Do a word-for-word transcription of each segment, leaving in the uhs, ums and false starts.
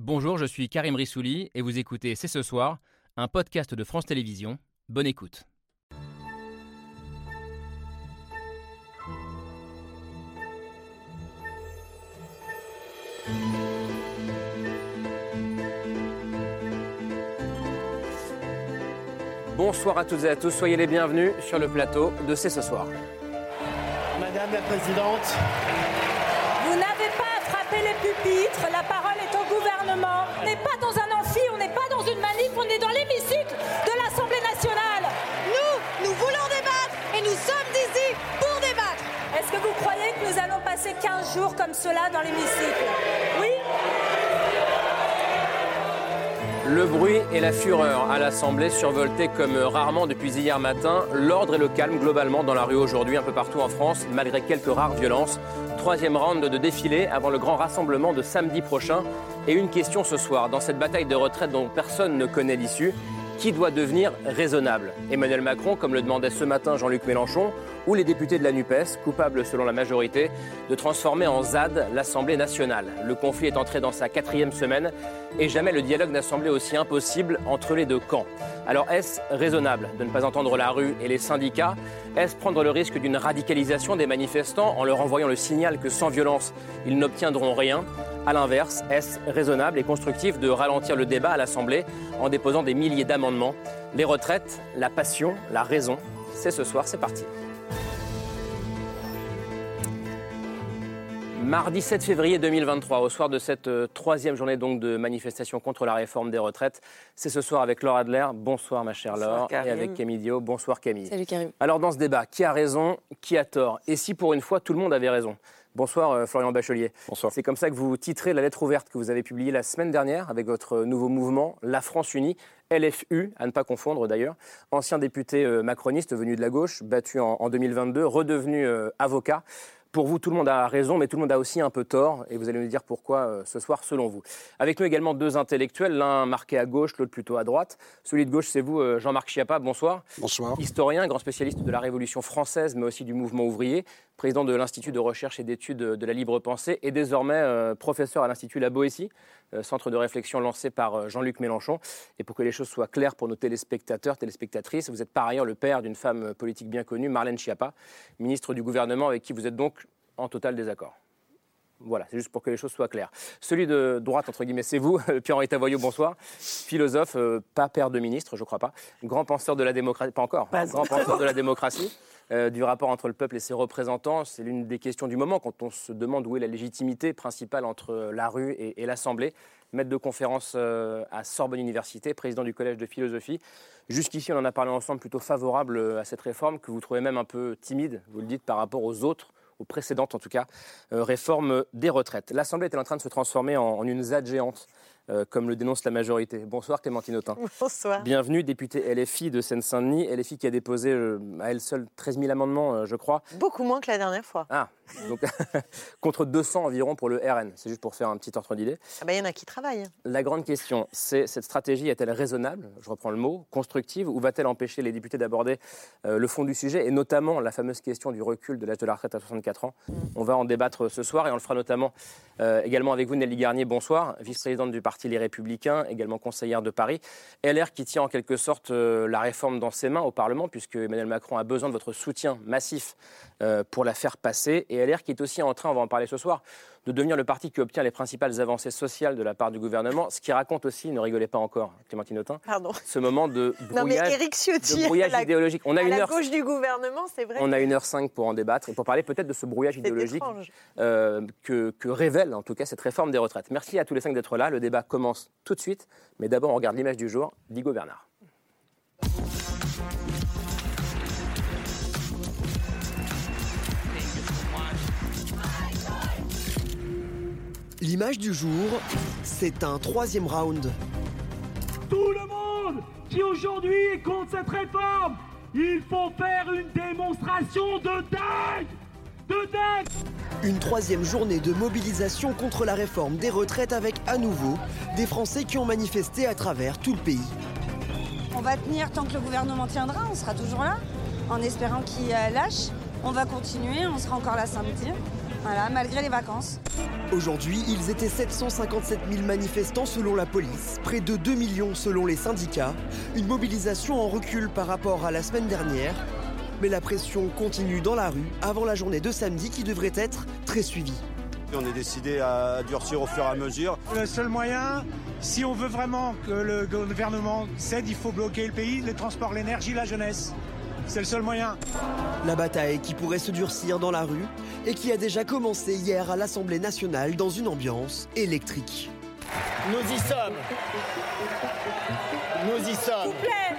Bonjour, je suis Karim Rissouli et vous écoutez C'est ce soir, un podcast de France Télévisions. Bonne écoute. Bonsoir à toutes et à tous, soyez les bienvenus sur le plateau de C'est ce soir. Madame la Présidente. Vous n'avez pas à frapper les pupitres, la parole est au gouvernement. On n'est pas dans un amphi, on n'est pas dans une manif, on est dans l'hémicycle de l'Assemblée nationale. Nous, nous voulons débattre et nous sommes ici pour débattre. Est-ce que vous croyez que nous allons passer quinze jours comme cela dans l'hémicycle? Oui? Le bruit et la fureur à l'Assemblée survoltaient comme rarement depuis hier matin. L'ordre et le calme globalement dans la rue aujourd'hui, un peu partout en France, malgré quelques rares violences. Troisième round de défilé avant le grand rassemblement de samedi prochain. Et une question ce soir, dans cette bataille de retraite dont personne ne connaît l'issue, qui doit devenir raisonnable? Emmanuel Macron, comme le demandait ce matin Jean-Luc Mélenchon, ou les députés de la NUPES, coupables selon la majorité de transformer en Z A D l'Assemblée nationale. Le conflit est entré dans sa quatrième semaine et jamais le dialogue n'a semblé aussi impossible entre les deux camps. Alors est-ce raisonnable de ne pas entendre la rue et les syndicats? Est-ce prendre le risque d'une radicalisation des manifestants en leur envoyant le signal que sans violence, ils n'obtiendront rien? A l'inverse, est-ce raisonnable et constructif de ralentir le débat à l'Assemblée en déposant des milliers d'amendements? Les retraites, la passion, la raison, c'est ce soir, c'est parti. Mardi sept février deux mille vingt-trois, au soir de cette euh, troisième journée donc de manifestation contre la réforme des retraites. C'est ce soir avec Laure Adler. Bonsoir ma chère Laure. Bonsoir, et avec Camille Dio. Bonsoir Camille. Salut Karim. Alors dans ce débat, qui a raison, qui a tort? Et si pour une fois tout le monde avait raison? Bonsoir euh, Florian Bachelier. Bonsoir. C'est comme ça que vous titrez la lettre ouverte que vous avez publiée la semaine dernière avec votre nouveau mouvement, La France Unie, L F U, à ne pas confondre d'ailleurs. Ancien député euh, macroniste venu de la gauche, battu en, en deux mille vingt-deux, redevenu euh, avocat. Pour vous, tout le monde a raison, mais tout le monde a aussi un peu tort. Et vous allez nous dire pourquoi euh, ce soir, selon vous. Avec nous également deux intellectuels, l'un marqué à gauche, l'autre plutôt à droite. Celui de gauche, c'est vous, euh, Jean-Marc Schiappa. Bonsoir. Bonsoir. Historien, grand spécialiste de la Révolution française, mais aussi du mouvement ouvrier. Président de l'Institut de recherche et d'études de la libre pensée. Et désormais euh, professeur à l'Institut La Boétie, euh, centre de réflexion lancé par euh, Jean-Luc Mélenchon. Et pour que les choses soient claires pour nos téléspectateurs, téléspectatrices, vous êtes par ailleurs le père d'une femme politique bien connue, Marlène Schiappa, ministre du gouvernement avec qui vous êtes donc en total désaccord. Voilà, c'est juste pour que les choses soient claires. Celui de droite, entre guillemets, c'est vous, Pierre-Henri Tavoyot, bonsoir. Philosophe, euh, pas père de ministre, je crois pas. Grand penseur de la démocratie, pas encore. Pas Grand penseur de la démocratie, euh, du rapport entre le peuple et ses représentants. C'est l'une des questions du moment quand on se demande où est la légitimité principale entre la rue et, et l'Assemblée. Maître de conférence euh, à Sorbonne Université, président du collège de philosophie. Jusqu'ici, on en a parlé ensemble, plutôt favorable à cette réforme, que vous trouvez même un peu timide, vous le dites, par rapport aux autres, aux précédentes en tout cas, euh, réformes des retraites. L'Assemblée est en train de se transformer en, en une Z A D géante, euh, comme le dénonce la majorité. Bonsoir Clémentine Autain. Bonsoir. Bienvenue, députée L F I de Seine-Saint-Denis. L F I qui a déposé euh, à elle seule treize mille amendements, euh, je crois. Beaucoup moins que la dernière fois. Ah, donc contre deux cents environ pour le R N. C'est juste pour faire un petit ordre d'idée. Ah bah, y en a qui travaillent. La grande question, c'est cette stratégie est-elle raisonnable, je reprends le mot, constructive, ou va-t-elle empêcher les députés d'aborder euh, le fond du sujet et notamment la fameuse question du recul de l'âge de la retraite à soixante-quatre ans. Mmh. On va en débattre ce soir et on le fera notamment euh, également avec vous, Nelly Garnier. Bonsoir, vice-présidente du parti Les Républicains, également conseillère de Paris. L R qui tient en quelque sorte euh, la réforme dans ses mains au Parlement puisque Emmanuel Macron a besoin de votre soutien massif euh, pour la faire passer. Et L R qui est aussi en train, on va en parler ce soir, de devenir le parti qui obtient les principales avancées sociales de la part du gouvernement, ce qui raconte aussi, ne rigolez pas encore, Clémentine Autain, Pardon. ce moment de brouillage, non mais Éric Ciotti, de brouillage la, idéologique. On a à une la heure, gauche du gouvernement, c'est vrai. On a une heure cinq pour en débattre et pour parler peut-être de ce brouillage c'est idéologique euh, que, que révèle en tout cas cette réforme des retraites. Merci à tous les cinq d'être là. Le débat commence tout de suite, mais d'abord on regarde l'image du jour d'Igo Bernard. L'image du jour, c'est un troisième round. Tout le monde qui aujourd'hui est contre cette réforme, il faut faire une démonstration de dingue, de dingue. Une troisième journée de mobilisation contre la réforme des retraites avec à nouveau des Français qui ont manifesté à travers tout le pays. On va tenir tant que le gouvernement tiendra, on sera toujours là, en espérant qu'il lâche. On va continuer, on sera encore là samedi. Voilà, malgré les vacances. Aujourd'hui, ils étaient sept cent cinquante-sept mille manifestants selon la police, près de deux millions selon les syndicats. Une mobilisation en recul par rapport à la semaine dernière. Mais la pression continue dans la rue avant la journée de samedi qui devrait être très suivie. On est décidé à durcir au fur et à mesure. Le seul moyen, si on veut vraiment que le gouvernement cède, il faut bloquer le pays, les transports, l'énergie, la jeunesse. C'est le seul moyen. La bataille qui pourrait se durcir dans la rue et qui a déjà commencé hier à l'Assemblée nationale dans une ambiance électrique. Nous y sommes. Nous y sommes. S'il vous plaît.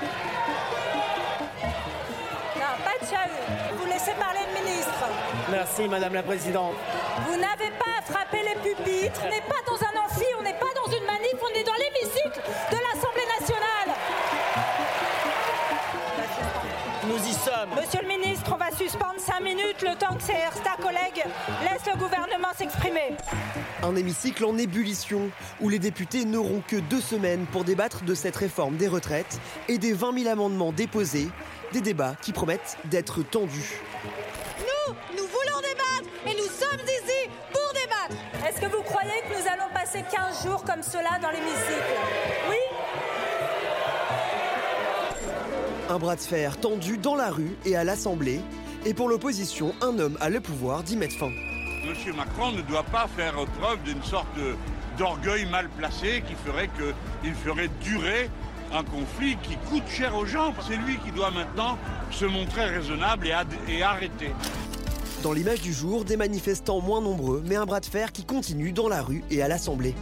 Non, pas de chahut. Vous laissez parler le ministre. Merci, Madame la Présidente. Vous n'avez pas à frapper les pupitres. On n'est pas dans un amphi, on n'est pas dans une manif, on est dans l'hémicycle de l'Assemblée nationale. Nous y sommes. Monsieur le ministre, on va suspendre cinq minutes le temps que certains collègues laissent le gouvernement s'exprimer. Un hémicycle en ébullition où les députés n'auront que deux semaines pour débattre de cette réforme des retraites et des vingt mille amendements déposés. Des débats qui promettent d'être tendus. Nous, nous voulons débattre et nous sommes ici pour débattre. Est-ce que vous croyez que nous allons passer quinze jours comme cela dans l'hémicycle? Oui? Un bras de fer tendu dans la rue et à l'Assemblée. Et pour l'opposition, un homme a le pouvoir d'y mettre fin. Monsieur Macron ne doit pas faire preuve d'une sorte de, d'orgueil mal placé qui ferait qu'il ferait durer un conflit qui coûte cher aux gens. C'est lui qui doit maintenant se montrer raisonnable et, ad- et arrêter. Dans l'image du jour, des manifestants moins nombreux, mais un bras de fer qui continue dans la rue et à l'Assemblée.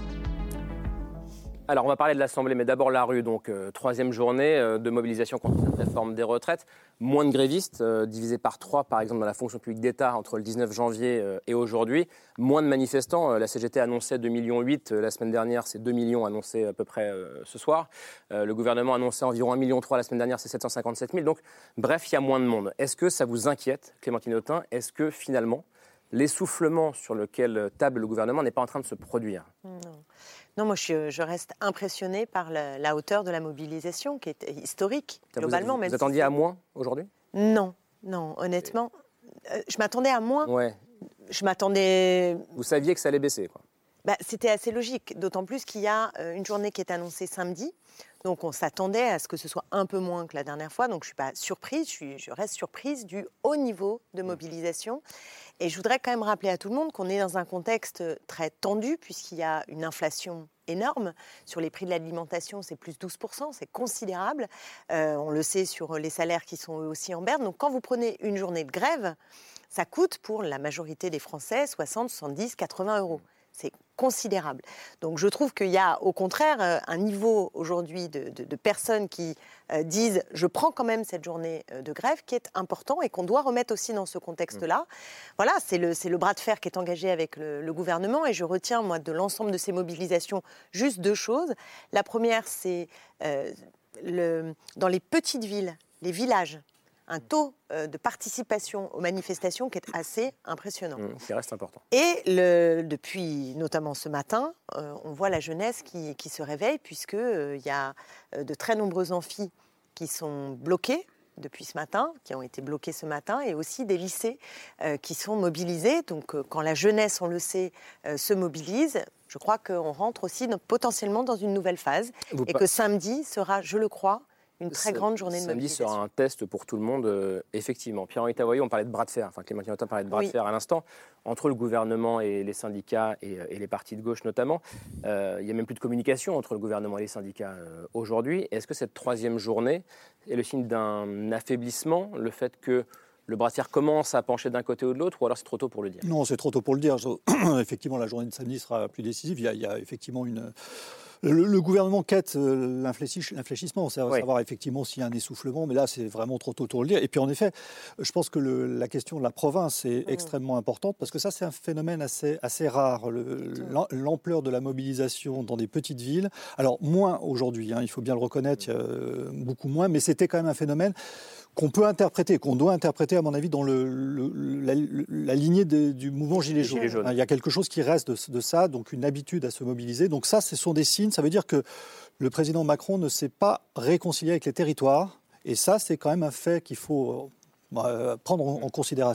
Alors, on va parler de l'Assemblée, mais d'abord la rue. Donc, euh, troisième journée euh, de mobilisation contre cette réforme des retraites. Moins de grévistes, euh, divisé par trois, par exemple, dans la fonction publique d'État entre le dix-neuf janvier euh, et aujourd'hui. Moins de manifestants. Euh, la C G T annonçait deux virgule huit millions. Euh, la semaine dernière, c'est deux millions annoncés à peu près euh, ce soir. Euh, le gouvernement annonçait environ un virgule trois million la semaine dernière, c'est sept cent cinquante-sept mille. Donc, bref, il y a moins de monde. Est-ce que ça vous inquiète, Clémentine Autain? Est-ce que, finalement, l'essoufflement sur lequel table le gouvernement n'est pas en train de se produire? Non. Non, moi je, je reste impressionnée par la, la hauteur de la mobilisation qui est historique, Ça globalement. Vous, vous, même vous attendiez si à moins aujourd'hui? Non, non, honnêtement. Euh, je m'attendais à moins. Ouais. Je m'attendais. Vous saviez que ça allait baisser, quoi. Bah, c'était assez logique, d'autant plus qu'il y a euh, une journée qui est annoncée samedi. Donc on s'attendait à ce que ce soit un peu moins que la dernière fois. Donc je ne suis pas surprise, je, suis, je reste surprise du haut niveau de mobilisation. Et je voudrais quand même rappeler à tout le monde qu'on est dans un contexte très tendu puisqu'il y a une inflation énorme. Sur les prix de l'alimentation, c'est plus douze pour cent, c'est considérable. Euh, on le sait sur les salaires qui sont eux aussi en berne. Donc quand vous prenez une journée de grève, ça coûte pour la majorité des Français soixante, soixante-dix, quatre-vingts euros. C'est considérable. Donc je trouve qu'il y a au contraire un niveau aujourd'hui de, de, de personnes qui euh, disent « je prends quand même cette journée de grève » qui est important et qu'on doit remettre aussi dans ce contexte-là. Voilà, c'est le, c'est le bras de fer qui est engagé avec le, le gouvernement et je retiens moi de l'ensemble de ces mobilisations juste deux choses. La première, c'est euh, le, dans les petites villes, les villages, un taux euh, de participation aux manifestations qui est assez impressionnant. Mmh, qui reste important. Et le, depuis notamment ce matin, euh, on voit la jeunesse qui, qui se réveille puisqu'il euh, y a euh, de très nombreux amphis qui sont bloqués depuis ce matin, qui ont été bloqués ce matin, et aussi des lycées euh, qui sont mobilisés. Donc euh, quand la jeunesse, on le sait, euh, se mobilise, je crois qu'on rentre aussi dans, potentiellement dans une nouvelle phase. Vous et pas... que samedi sera, je le crois, une très grande journée de mobilisation. Samedi sera un test pour tout le monde, euh, effectivement. Pierre-Henri Tavoyot, on parlait de bras de fer, enfin Clémentine Autain parlait de bras oui. de fer à l'instant, entre le gouvernement et les syndicats et, et les partis de gauche notamment. Euh, il n'y a même plus de communication entre le gouvernement et les syndicats euh, aujourd'hui. Est-ce que cette troisième journée est le signe d'un affaiblissement, le fait que le bras de fer commence à pencher d'un côté ou de l'autre, ou alors c'est trop tôt pour le dire? Non, c'est trop tôt pour le dire. Effectivement, la journée de samedi sera plus décisive. Il y a, il y a effectivement une... Le, le gouvernement quête euh, l'infléchissement, c'est oui. savoir effectivement s'il y a un essoufflement, mais là c'est vraiment trop tôt pour le dire. Et puis en effet, je pense que le, la question de la province est mmh. extrêmement importante parce que ça c'est un phénomène assez, assez rare, le, l'ampleur de la mobilisation dans des petites villes. Alors moins aujourd'hui, hein, il faut bien le reconnaître, il y a beaucoup moins, mais c'était quand même un phénomène qu'on peut interpréter, qu'on doit interpréter, à mon avis, dans le, le, la, la lignée de, du mouvement Gilets jaunes. Jaune. Il y a quelque chose qui reste de, de ça, donc une habitude à se mobiliser. Donc ça, ce sont des signes. Ça veut dire que le président Macron ne s'est pas réconcilié avec les territoires. Et ça, c'est quand même un fait qu'il faut euh, prendre en, en considération.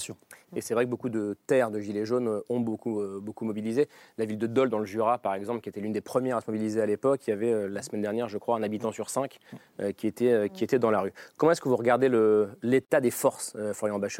Et c'est vrai que beaucoup de terres de Gilets jaunes ont beaucoup, euh, beaucoup mobilisé. La ville de Dole, dans le Jura, par exemple, qui était l'une des premières à se mobiliser à l'époque, il y avait euh, la semaine dernière, je crois, un habitant sur cinq euh, qui, était, euh, qui était dans la rue. Comment est-ce que vous regardez le, l'état des forces, euh, Florian Bachelier ?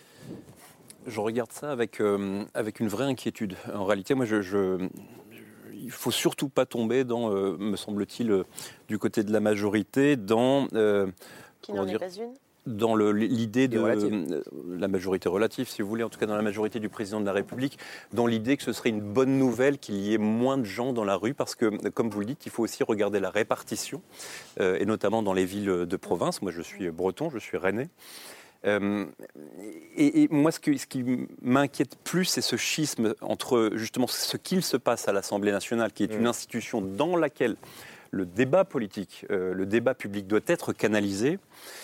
Je regarde ça avec, euh, avec une vraie inquiétude. En réalité, moi, je... je... il ne faut surtout pas tomber dans, euh, me semble-t-il, euh, du côté de la majorité, dans... Euh, Qui n'en est pas une ? Dans le, l'idée de euh, la majorité relative, si vous voulez, en tout cas dans la majorité du président de la République, dans l'idée que ce serait une bonne nouvelle qu'il y ait moins de gens dans la rue, parce que, comme vous le dites, il faut aussi regarder la répartition, euh, et notamment dans les villes de province. Moi, je suis breton, je suis rennais. Euh, et, et moi, ce, que, ce qui m'inquiète plus, c'est ce schisme entre justement ce qu'il se passe à l'Assemblée nationale, qui est une institution dans laquelle le débat politique, euh, le débat public doit être canalisé.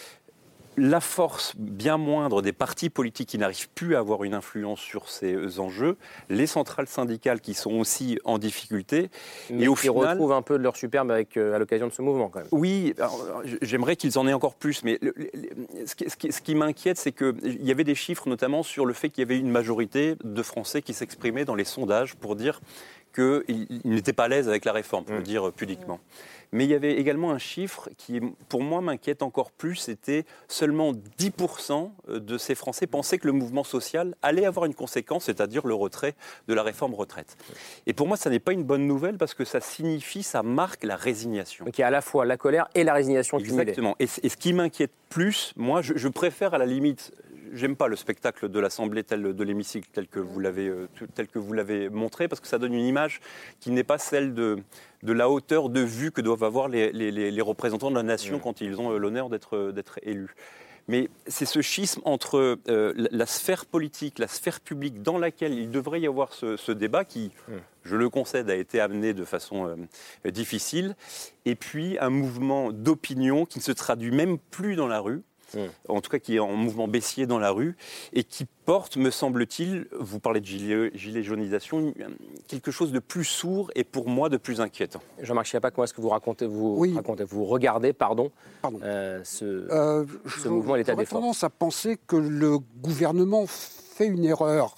La force bien moindre des partis politiques qui n'arrivent plus à avoir une influence sur ces enjeux, les centrales syndicales qui sont aussi en difficulté. Mais et au qui final, retrouvent un peu de leur superbe avec, euh, à l'occasion de ce mouvement quand même. Oui, alors, j'aimerais qu'ils en aient encore plus, mais le, le, ce qui, ce qui, ce qui m'inquiète, c'est qu'il y avait des chiffres notamment sur le fait qu'il y avait une majorité de Français qui s'exprimaient dans les sondages pour dire qu'ils n'étaient pas à l'aise avec la réforme, pour mmh. le dire pudiquement. Mais il y avait également un chiffre qui, pour moi, m'inquiète encore plus. C'était seulement dix pour cent de ces Français pensaient que le mouvement social allait avoir une conséquence, c'est-à-dire le retrait de la réforme retraite. Et pour moi, ça n'est pas une bonne nouvelle parce que ça signifie, ça marque la résignation. Donc il y a à la fois la colère et la résignation cumulée. Exactement. Et, et ce qui m'inquiète plus, moi, je, je préfère à la limite... J'aime pas le spectacle de l'Assemblée tel de l'hémicycle tel que vous l'avez tel que vous l'avez montré parce que ça donne une image qui n'est pas celle de de la hauteur de vue que doivent avoir les les, les représentants de la nation mmh. quand ils ont l'honneur d'être d'être élus. Mais c'est ce schisme entre euh, la, la sphère politique, la sphère publique dans laquelle il devrait y avoir ce, ce débat qui, mmh. je le concède, a été amené de façon euh, difficile, et puis un mouvement d'opinion qui ne se traduit même plus dans la rue. En tout cas qui est en mouvement baissier dans la rue et qui porte, me semble-t-il, vous parlez de gilet, gilet jaunisation, quelque chose de plus sourd et pour moi de plus inquiétant. Jean-Marc Schiappa, comment est-ce que vous racontez, vous, oui. racontez, vous regardez pardon, pardon. Euh, ce, euh, ce mouvement, l'état des forces ? J'aurais tendance à penser que le gouvernement fait une erreur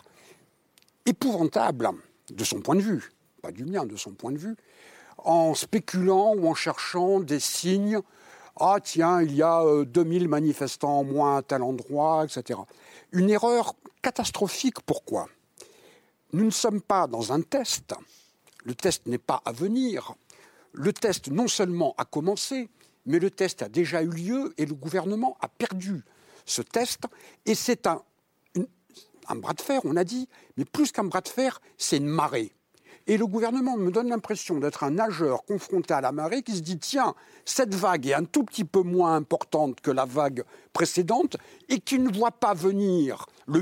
épouvantable de son point de vue, pas du mien, de son point de vue, en spéculant ou en cherchant des signes. Ah tiens, il y a euh, deux mille manifestants en moins à tel endroit, et cetera. Une erreur catastrophique, pourquoi ? Nous ne sommes pas dans un test. Le test n'est pas à venir. Le test non seulement a commencé, mais le test a déjà eu lieu et le gouvernement a perdu ce test. Et c'est un, une, un bras de fer, on a dit, mais plus qu'un bras de fer, c'est une marée. Et le gouvernement me donne l'impression d'être un nageur confronté à la marée qui se dit « Tiens, cette vague est un tout petit peu moins importante que la vague précédente et qui ne voit pas venir le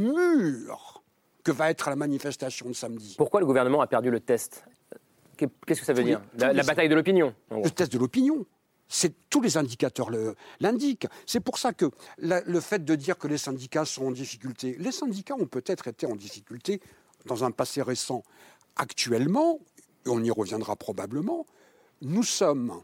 mur que va être la manifestation de samedi. » Pourquoi le gouvernement a perdu le test ? Qu'est-ce que ça veut tous dire les, La, la bataille de l'opinion Le test de l'opinion. C'est, tous les indicateurs le, l'indiquent. C'est pour ça que la, le fait de dire que les syndicats sont en difficulté, les syndicats ont peut-être été en difficulté dans un passé récent. Actuellement, et on y reviendra probablement, nous sommes,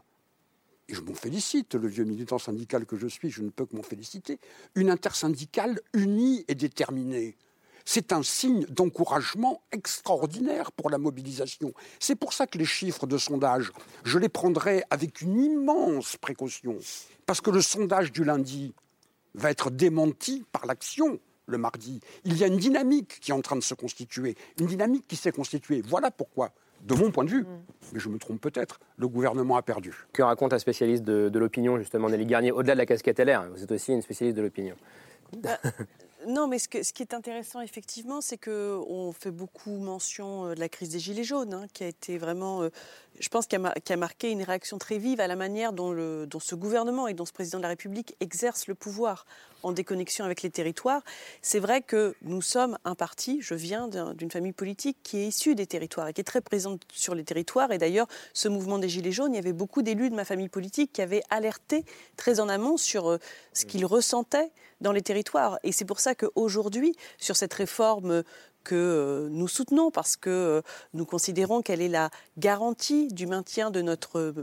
et je m'en félicite, le vieux militant syndical que je suis, je ne peux que m'en féliciter, une intersyndicale unie et déterminée. C'est un signe d'encouragement extraordinaire pour la mobilisation. C'est pour ça que les chiffres de sondage, je les prendrai avec une immense précaution, parce que le sondage du lundi va être démenti par l'action. Le mardi. Il y a une dynamique qui est en train de se constituer, une dynamique qui s'est constituée. Voilà pourquoi, de mon point de vue, mais je me trompe peut-être, le gouvernement a perdu. Que raconte un spécialiste de, de l'opinion, justement, Nelly Garnier, au-delà de la casquette L R, vous êtes aussi une spécialiste de l'opinion. Bah, non, mais ce, que, ce qui est intéressant, effectivement, c'est qu'on fait beaucoup mention de la crise des Gilets jaunes, hein, qui a été vraiment, euh, je pense, qui a, qui a marqué une réaction très vive à la manière dont, le, dont ce gouvernement et dont ce président de la République exerce le pouvoir en déconnexion avec les territoires. C'est vrai que nous sommes un parti, je viens d'un, d'une famille politique qui est issue des territoires et qui est très présente sur les territoires. Et d'ailleurs, ce mouvement des Gilets jaunes, il y avait beaucoup d'élus de ma famille politique qui avaient alerté très en amont sur euh, ce qu'ils ressentaient dans les territoires. Et c'est pour ça qu'aujourd'hui, sur cette réforme que euh, nous soutenons, parce que euh, nous considérons qu'elle est la garantie du maintien de notre... Euh,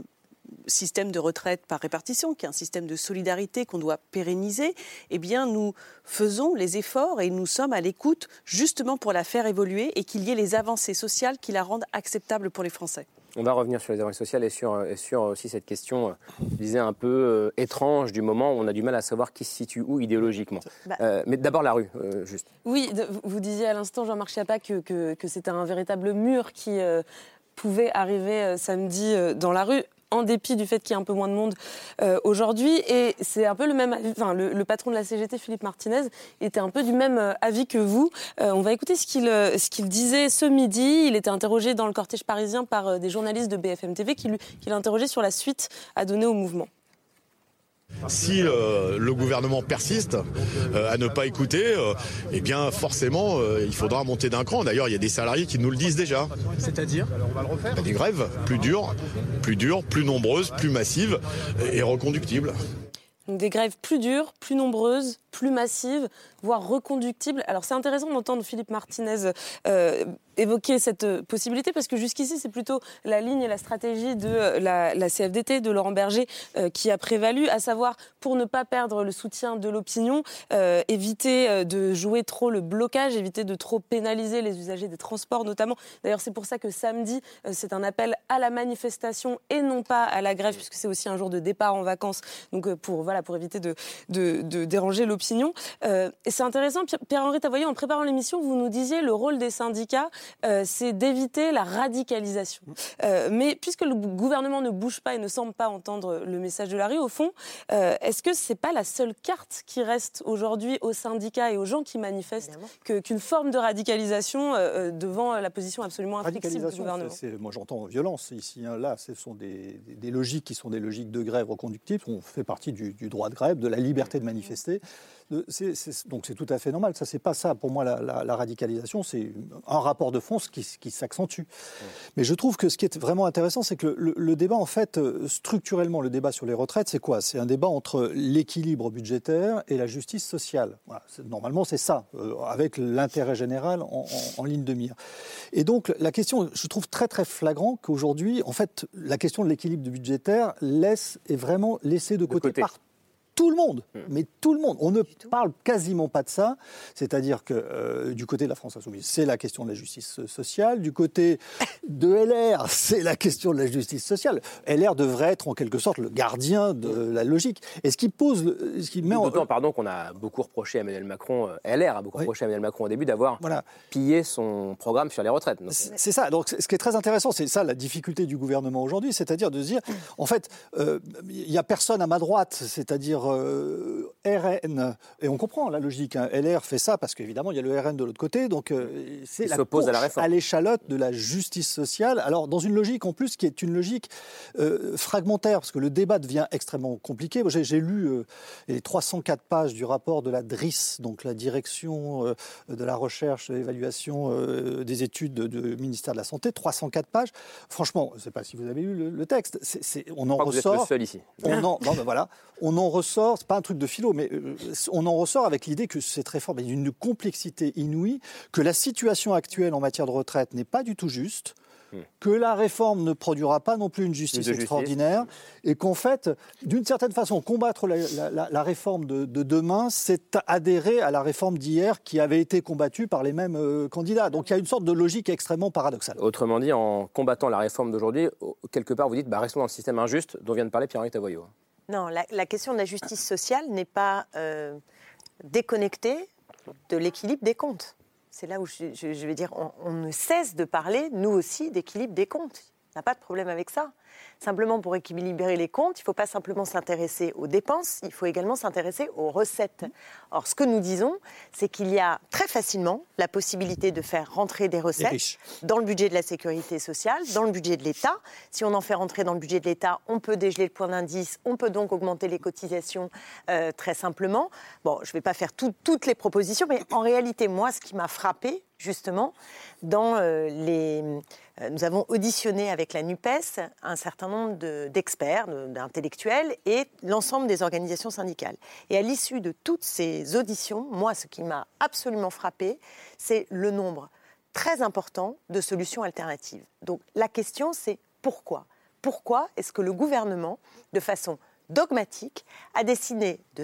système de retraite par répartition, qui est un système de solidarité qu'on doit pérenniser, eh bien, nous faisons les efforts et nous sommes à l'écoute justement pour la faire évoluer et qu'il y ait les avancées sociales qui la rendent acceptable pour les Français. On va revenir sur les avancées sociales et sur, et sur aussi cette question, je disais, un peu euh, étrange du moment où on a du mal à savoir qui se situe où idéologiquement. Bah, euh, mais d'abord la rue, euh, juste. Oui, de, vous disiez à l'instant, Jean-Marc Schiappa, que, que, que c'était un véritable mur qui euh, pouvait arriver euh, samedi euh, dans la rue, en dépit du fait qu'il y ait un peu moins de monde euh, aujourd'hui. Et c'est un peu le même avis. Enfin, le, le patron de la C G T, Philippe Martinez, était un peu du même euh, avis que vous. Euh, on va écouter ce qu'il, euh, ce qu'il disait ce midi. Il était interrogé dans le cortège parisien par euh, des journalistes de B F M T V qui, lui, qui l'interrogeaient sur la suite à donner au mouvement. Si euh, le gouvernement persiste euh, à ne pas écouter, euh, eh bien forcément euh, il faudra monter d'un cran. D'ailleurs il y a des salariés qui nous le disent déjà. C'est-à-dire ? Bah, des grèves plus dures, plus dures, plus nombreuses, plus massives et reconductibles. Donc des grèves plus dures, plus nombreuses, plus massives, voire reconductibles. Alors c'est intéressant d'entendre Philippe Martinez euh, évoquer cette possibilité parce que jusqu'ici c'est plutôt la ligne et la stratégie de la, la C F D T, de Laurent Berger euh, qui a prévalu, à savoir pour ne pas perdre le soutien de l'opinion, euh, éviter euh, de jouer trop le blocage, éviter de trop pénaliser les usagers des transports notamment. D'ailleurs c'est pour ça que samedi euh, c'est un appel à la manifestation et non pas à la grève puisque c'est aussi un jour de départ en vacances, donc euh, pour, voilà, pour éviter de, de, de déranger l'opinion. Euh, et c'est intéressant, Pierre-Henri Tavoyer, en préparant l'émission, vous nous disiez le rôle des syndicats, euh, c'est d'éviter la radicalisation. Euh, mais puisque le gouvernement ne bouge pas et ne semble pas entendre le message de la rue, au fond, euh, est-ce que c'est pas la seule carte qui reste aujourd'hui aux syndicats et aux gens qui manifestent que, qu'une forme de radicalisation euh, devant la position absolument inflexible du gouvernement ? c'est, c'est, moi j'entends violence ici. Hein, là, ce sont des, des, des logiques qui sont des logiques de grève reconductibles. On fait partie du, du droit de grève, de la liberté de manifester. C'est, c'est, donc c'est tout à fait normal. Ça, c'est pas ça pour moi la, la, la radicalisation. C'est un rapport de force qui, qui s'accentue. Ouais. Mais je trouve que ce qui est vraiment intéressant, c'est que le, le, le débat, en fait, structurellement, le débat sur les retraites, c'est quoi ? C'est un débat entre l'équilibre budgétaire et la justice sociale. Voilà. C'est, normalement, c'est ça, euh, avec l'intérêt général en, en, en ligne de mire. Et donc, la question, je trouve très très flagrant qu'aujourd'hui, en fait, la question de l'équilibre budgétaire laisse est vraiment laissée de, de côté, côté. par tout le monde, mais tout le monde. On ne parle quasiment pas de ça. C'est-à-dire que euh, du côté de la France Insoumise, c'est la question de la justice sociale. Du côté de L R, c'est la question de la justice sociale. L R devrait être en quelque sorte le gardien de la logique. Et ce qui pose... Le, ce qui met D'autant, en... pardon, qu'on a beaucoup reproché à Emmanuel Macron, L R a beaucoup oui. reproché à Emmanuel Macron au début d'avoir voilà. pillé son programme sur les retraites. Donc. C'est, c'est ça. Donc ce qui est très intéressant, c'est ça la difficulté du gouvernement aujourd'hui, c'est-à-dire de se dire, en fait, il euh, n'y a personne à ma droite, c'est-à-dire Euh, R N, et on comprend la logique, hein. L R fait ça parce qu'évidemment il y a le R N de l'autre côté, donc euh, c'est il la course à, la réforme. à l'échalote de la justice sociale, alors dans une logique en plus qui est une logique euh, fragmentaire, parce que le débat devient extrêmement compliqué. Moi, j'ai, j'ai lu euh, les trois cent quatre pages du rapport de la D R I S, donc la direction euh, de la recherche et l'évaluation euh, des études du ministère de la Santé, trois cent quatre pages. Franchement, je ne sais pas si vous avez lu le, le texte, c'est, c'est, on en Je crois ressort... Que vous êtes le seul ici. On en, non, ben voilà, on en ressort c'est pas un truc de philo, mais on en ressort avec l'idée que cette réforme est d'une complexité inouïe, que la situation actuelle en matière de retraite n'est pas du tout juste, mmh. que la réforme ne produira pas non plus une justice de extraordinaire, justice. Et qu'en fait, d'une certaine façon, combattre la, la, la réforme de, de demain, c'est adhérer à la réforme d'hier qui avait été combattue par les mêmes euh, candidats. Donc il y a une sorte de logique extrêmement paradoxale. Autrement dit, en combattant la réforme d'aujourd'hui, quelque part vous dites, bah, restons dans le système injuste dont vient de parler Pierre-Henri Tavoyer. Non, la, la question de la justice sociale n'est pas euh, déconnectée de l'équilibre des comptes. C'est là où je, je, je vais dire, on, on ne cesse de parler, nous aussi, d'équilibre des comptes. On n'a pas de problème avec ça. Simplement, pour équilibrer les comptes, il ne faut pas simplement s'intéresser aux dépenses, il faut également s'intéresser aux recettes. Or, ce que nous disons, c'est qu'il y a très facilement la possibilité de faire rentrer des recettes dans le budget de la sécurité sociale, dans le budget de l'État. Si on en fait rentrer dans le budget de l'État, on peut dégeler le point d'indice, on peut donc augmenter les cotisations euh, très simplement. Bon, je ne vais pas faire tout, toutes les propositions, mais en réalité, moi, ce qui m'a frappée, justement, dans euh, les... Euh, nous avons auditionné avec la NUPES un certain nombre de, d'experts, de, d'intellectuels et l'ensemble des organisations syndicales. Et à l'issue de toutes ces auditions, moi, ce qui m'a absolument frappée, c'est le nombre très important de solutions alternatives. Donc la question, c'est pourquoi ? pourquoi est-ce que le gouvernement, de façon dogmatique, a décidé de,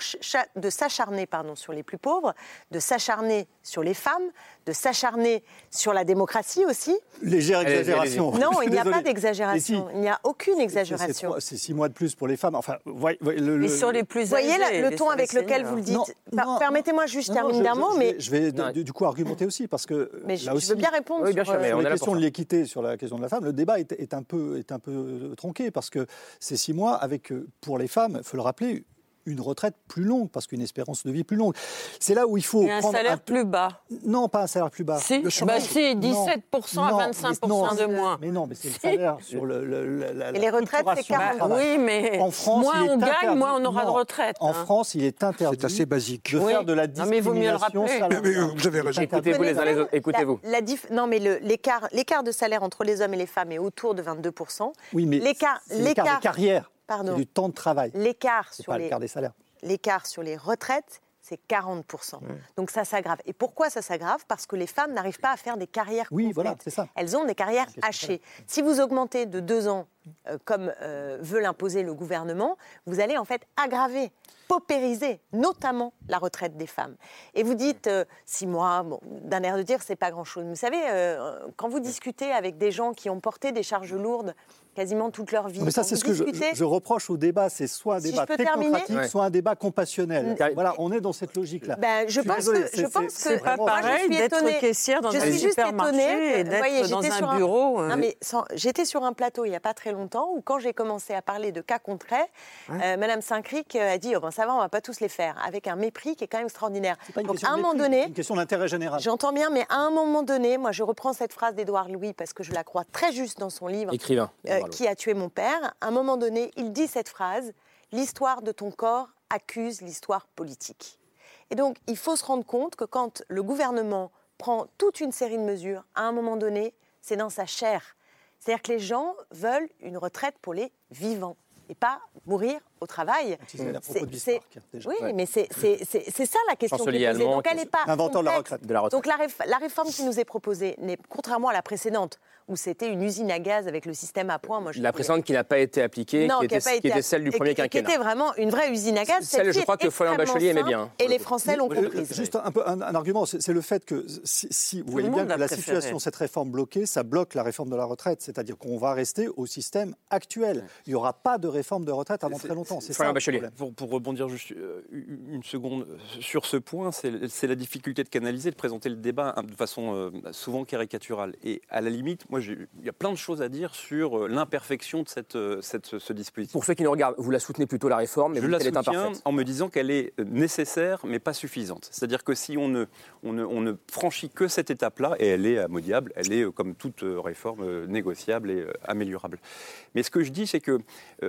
de s'acharner pardon, sur les plus pauvres, de s'acharner sur les femmes, de s'acharner sur la démocratie aussi. Légère exagération. Non, il n'y a pas d'exagération. Si. Il n'y a aucune exagération. C'est, c'est, c'est six mois de plus pour les femmes. Enfin, voyez, voyez, le, et sur les plus âgés, voyez la, le ton avec lequel vous le dites. Non, non, Permettez-moi juste non, terminer d'un mot, mais je vais du, du coup argumenter aussi parce que mais je, là aussi, je veux bien répondre oui, sur, bien sûr, mais sur la question de l'équité, sur la question de la femme. Le débat est, est un peu est un peu tronqué parce que ces six mois avec pour les femmes, il faut le rappeler, une retraite plus longue, parce qu'une espérance de vie plus longue. C'est là où il faut et un prendre salaire un... plus bas. Non, pas un salaire plus bas. Si, bah si dix-sept pour cent non, à vingt-cinq pour cent non, de moins. Mais non, mais c'est si. Le salaire sur le, le, la, et les retraites, c'est quarante. Bah, oui, mais en France, moins on gagne, interdit... moins on aura non, de retraite. En hein. France, il est interdit. C'est assez basique. De oui. faire de la discrimination. Non, mais il vaut mieux le rappeler. Mais, mais, vous avez raison. Écoutez-vous les uns les autres. Écoutez-vous. La, la diff... Non, mais le, l'écart, l'écart de salaire entre les hommes et les femmes est autour de vingt-deux pour cent. Oui, mais l'écart, c'est l'écart, l'écart des carrières, pardon. C'est du temps de travail. L'écart c'est sur pas les... l'écart des salaires. L'écart sur les retraites, c'est quarante pour cent. Mmh. Donc ça s'aggrave. Et pourquoi ça s'aggrave ? Parce que les femmes n'arrivent pas à faire des carrières oui, complètes. Voilà, c'est ça. Elles ont des carrières hachées. Si vous augmentez de deux ans, euh, comme euh, veut l'imposer le gouvernement, vous allez en fait aggraver, paupériser, notamment la retraite des femmes. Et vous dites, euh, six mois, bon, d'un air de dire, c'est pas grand-chose. Vous savez, euh, quand vous discutez avec des gens qui ont porté des charges lourdes quasiment toute leur vie. Mais ça, c'est ce que discutez... je, je reproche au débat. C'est soit un si débat technocratique, terminer... soit un débat compassionnel. Mmh. Voilà, on est dans cette logique-là. Ben, je, je pense désolé, que, je pense que c'est pas pareil d'être étonnée. Caissière dans je un supermarché et d'être voyez, dans un sur bureau. Un... Non, mais sans... J'étais sur un plateau il n'y a pas très longtemps où, quand j'ai commencé à parler de cas concrets, ouais. euh, Madame Saint-Cric a dit oh, ben, ça va, on ne va pas tous les faire, avec un mépris qui est quand même extraordinaire. C'est pas une Donc, question à un de moment mépris, donné, c'est une question d'intérêt général. J'entends bien, mais à un moment donné, moi, je reprends cette phrase d'Édouard Louis parce que je la crois très juste dans son livre. Écrivain. Euh, qui a tué mon père. À un moment donné, il dit cette phrase « L'histoire de ton corps accuse l'histoire politique ». Et donc, il faut se rendre compte que quand le gouvernement prend toute une série de mesures, à un moment donné, c'est dans sa chair. C'est-à-dire que les gens veulent une retraite pour les vivants et pas mourir au travail. C'est à propos de Bismarck, déjà. Oui, ouais. mais c'est, c'est, c'est, c'est ça la question qui est posée. Donc, elle n'est pas inventeur de la retraite. De la retraite. Donc la, réf- la réforme qui nous est proposée, n'est, contrairement à la précédente, où c'était une usine à gaz avec le système à points. Moi, je la précédente qui n'a pas été appliquée, non, qui, était, qui, qui était celle du premier et, quinquennat. Qui était vraiment une vraie usine à gaz. Celle, je crois que Florian Bachelier aimait bien. Et les Français l'ont comprise. Juste un, peu, un, un argument, c'est, c'est le fait que si, si vous voyez bien que la préféré. situation, cette réforme bloquée, ça bloque la réforme de la retraite. C'est-à-dire qu'on va rester au système actuel. Il n'y aura pas de réforme de retraite avant très longtemps. C'est ça. Pour, pour rebondir juste une seconde sur ce point, c'est, c'est la difficulté de canaliser, de présenter le débat de façon euh, souvent caricaturale. Et à la limite, moi, il y a plein de choses à dire sur l'imperfection de cette, cette, ce, ce dispositif. Pour ceux qui nous regardent, vous la soutenez plutôt la réforme, mais je vous la qu'elle est imparfaite. En me disant qu'elle est nécessaire, mais pas suffisante. C'est-à-dire que si on ne, on ne, on ne franchit que cette étape-là, et elle est ammodiable, elle est comme toute réforme négociable et améliorable. Mais ce que je dis, c'est que euh,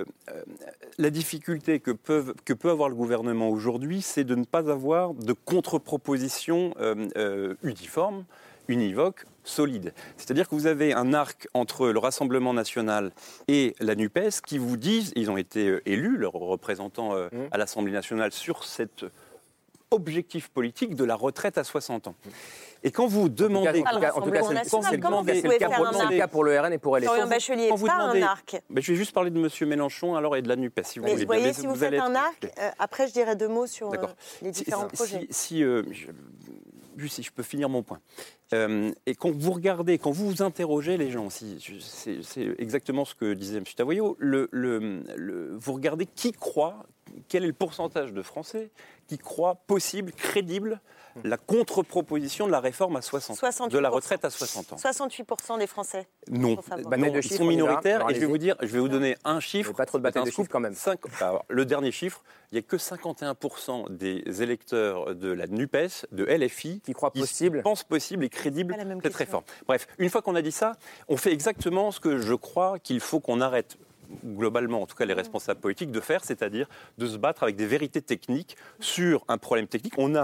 la difficulté que peuvent, que peut avoir le gouvernement aujourd'hui, c'est de ne pas avoir de contre-proposition euh, euh, uniforme, univoque, solide. C'est-à-dire que vous avez un arc entre le Rassemblement national et la NUPES qui vous disent, ils ont été élus, leurs représentants euh, mmh. à l'Assemblée nationale, sur cet objectif politique de la retraite à soixante ans. Et quand vous demandez... En tout cas, en tout cas, en tout cas c'est, c'est, demandé, c'est, le cas pour, c'est le cas pour le R N et pour L F. Florian Bachelier, pas demandez, un arc. Ben, je vais juste parler de M. Mélenchon alors, et de la NUPES, si vous mais voulez. Vous voyez, bien. si vous, vous faites un arc, euh, après je dirai deux mots sur euh, les différents si, projets. Si, si, euh, je, juste si je peux finir mon point. Euh, et quand vous regardez, quand vous vous interrogez les gens, si, c'est, c'est exactement ce que disait M. Tavoyot, le, le, le, vous regardez qui croit, quel est le pourcentage de Français qui croient possible, crédible, la contre-proposition de la réforme à soixante ans, de la retraite à soixante ans. soixante-huit pour cent des Français. Non, non ils sont minoritaires. Et je vais vous dire, je vais vous donner un chiffre. Pas trop de bataille de chiffres quand même. cinq, alors, le dernier chiffre, il n'y a que cinquante et un pour cent des électeurs de la NUPES, de L F I, qui croient possible, qui pensent possible et crédible cette question. réforme. Bref, une fois qu'on a dit ça, on fait exactement ce que je crois qu'il faut qu'on arrête. Globalement, en tout cas les responsables politiques, de faire, c'est-à-dire de se battre avec des vérités techniques sur un problème technique. On a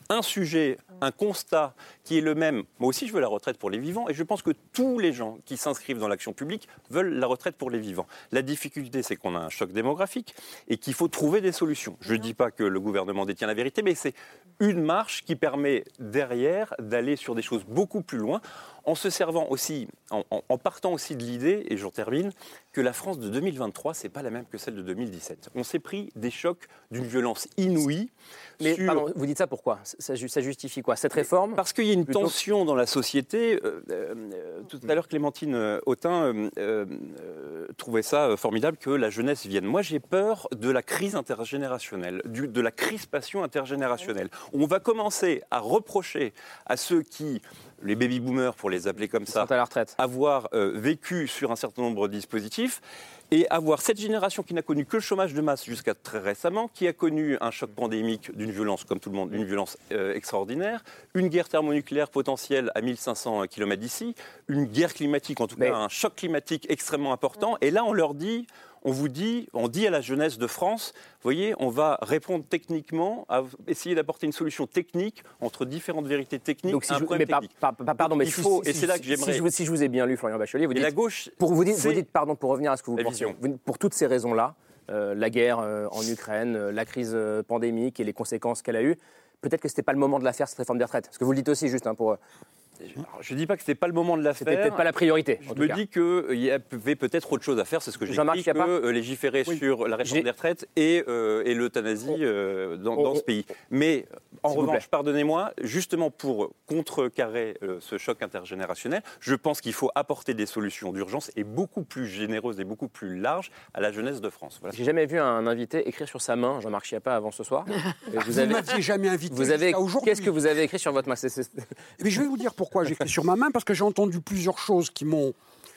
un sujet, un constat qui est le même. Moi aussi, je veux la retraite pour les vivants et je pense que tous les gens qui s'inscrivent dans l'action publique veulent la retraite pour les vivants. La difficulté, c'est qu'on a un choc démographique et qu'il faut trouver des solutions. Je ne dis pas que le gouvernement détient la vérité, mais c'est une marche qui permet derrière d'aller sur des choses beaucoup plus loin, en se servant aussi, en, en, en partant aussi de l'idée, et j'en termine, que la France de deux mille vingt-trois, c'est pas la même que celle de deux mille dix-sept. On s'est pris des chocs d'une violence inouïe. Mais sur... pardon, vous dites ça pourquoi ? ça, ça justifie quoi ? Cette réforme ? Parce qu'il y a une plutôt... tension dans la société. Euh, euh, tout à l'heure, Clémentine Autain euh, euh, trouvait ça formidable que la jeunesse vienne. Moi, j'ai peur de la crise intergénérationnelle, du, de la crispation intergénérationnelle. On va commencer à reprocher à ceux qui... les baby-boomers, pour les appeler comme ça, à la retraite. avoir euh, vécu sur un certain nombre de dispositifs et avoir cette génération qui n'a connu que le chômage de masse jusqu'à très récemment, qui a connu un choc pandémique d'une violence, comme tout le monde, d'une violence euh, extraordinaire, une guerre thermonucléaire potentielle à mille cinq cents kilomètres d'ici, une guerre climatique, en tout Mais... cas un choc climatique extrêmement important. Et là, on leur dit... On vous dit, on dit à la jeunesse de France, vous voyez, on va répondre techniquement, à essayer d'apporter une solution technique entre différentes vérités techniques. Donc, si un je, problème mais technique. Par, par, pardon, mais il si, faut, si, et c'est là que j'aimerais. Si je, si je vous ai bien lu, Florian Bachelier, vous dites, la gauche, pour vous dites, vous dites, pardon, pour revenir à ce que vous pensez, vous, pour toutes ces raisons-là, euh, la guerre euh, en Ukraine, euh, la crise euh, pandémique et les conséquences qu'elle a eues, peut-être que c'était pas le moment de la faire cette réforme des retraites. Parce que vous le dites aussi, juste hein, pour. Alors, je ne dis pas que ce n'était pas le moment de la C'était faire. peut-être pas la priorité. Je me cas. dis qu'il y avait peut-être autre chose à faire. C'est ce que j'ai dit, que euh, légiférer oui. sur la réforme des retraites et, euh, et l'euthanasie euh, dans, oh, dans ce pays. Mais en revanche, pardonnez-moi, justement pour contrecarrer euh, ce choc intergénérationnel, je pense qu'il faut apporter des solutions d'urgence et beaucoup plus généreuses et beaucoup plus larges à la jeunesse de France. Voilà. J'ai jamais vu un invité écrire sur sa main, Jean-Marc Schiappa, avant ce soir. Vous ne m'aviez jamais invité vous avez, aujourd'hui. Qu'est-ce que vous avez écrit sur votre main ? c'est, c'est... Mais je vais vous dire pourquoi. Pourquoi j'ai écrit sur ma main ? Parce que j'ai entendu plusieurs choses qui m'ont...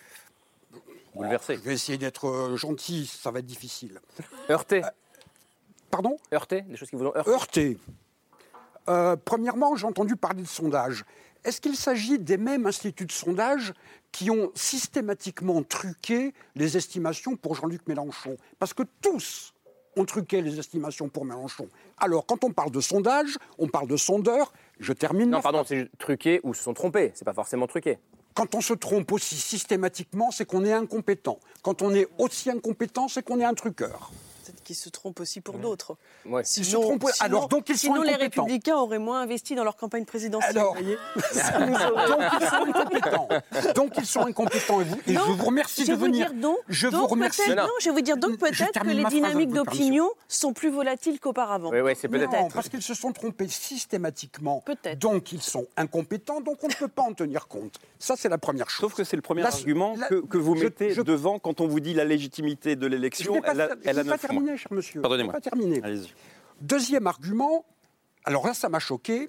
bouleversé. Oh, je vais essayer d'être euh, gentil, ça va être difficile. Heurté. Euh, pardon ? Heurté, des choses qui vous ont heurté. Heurté. Euh, premièrement, j'ai entendu parler de sondage. Est-ce qu'il s'agit des mêmes instituts de sondage qui ont systématiquement truqué les estimations pour Jean-Luc Mélenchon ? Parce que tous ont truqué les estimations pour Mélenchon. Alors, quand on parle de sondage, on parle de sondeurs. Je termine. Non, pardon, c'est truqué ou se sont trompés. C'est pas forcément truqué. Quand on se trompe aussi systématiquement, c'est qu'on est incompétent. Quand on est aussi incompétent, c'est qu'on est un truqueur. Peut-être qu'ils se trompent aussi pour d'autres. Ouais. Sinon, ils se trompent, sinon, alors, donc ils sinon sont les Républicains auraient moins investi dans leur campagne présidentielle. Alors, donc ils sont incompétents. Donc ils sont incompétents. Et, vous, et donc, je vous remercie je de vous venir. Dire donc, je donc vous remercie. Non, je vais vous dire donc peut-être que les dynamiques d'opinion sont plus volatiles qu'auparavant. Oui, oui, c'est peut-être. Non, parce qu'ils se sont trompés systématiquement. Peut-être. Donc ils sont incompétents. Donc on ne peut pas en tenir compte. Ça, c'est la première chose. Sauf que c'est le premier la, argument la, que, que vous mettez je, je, devant quand on vous dit la légitimité de l'élection. Elle a, elle a pas terminé, cher monsieur. Pardonnez-moi. Pas terminé. Allez-y. Deuxième argument, alors là, ça m'a choqué.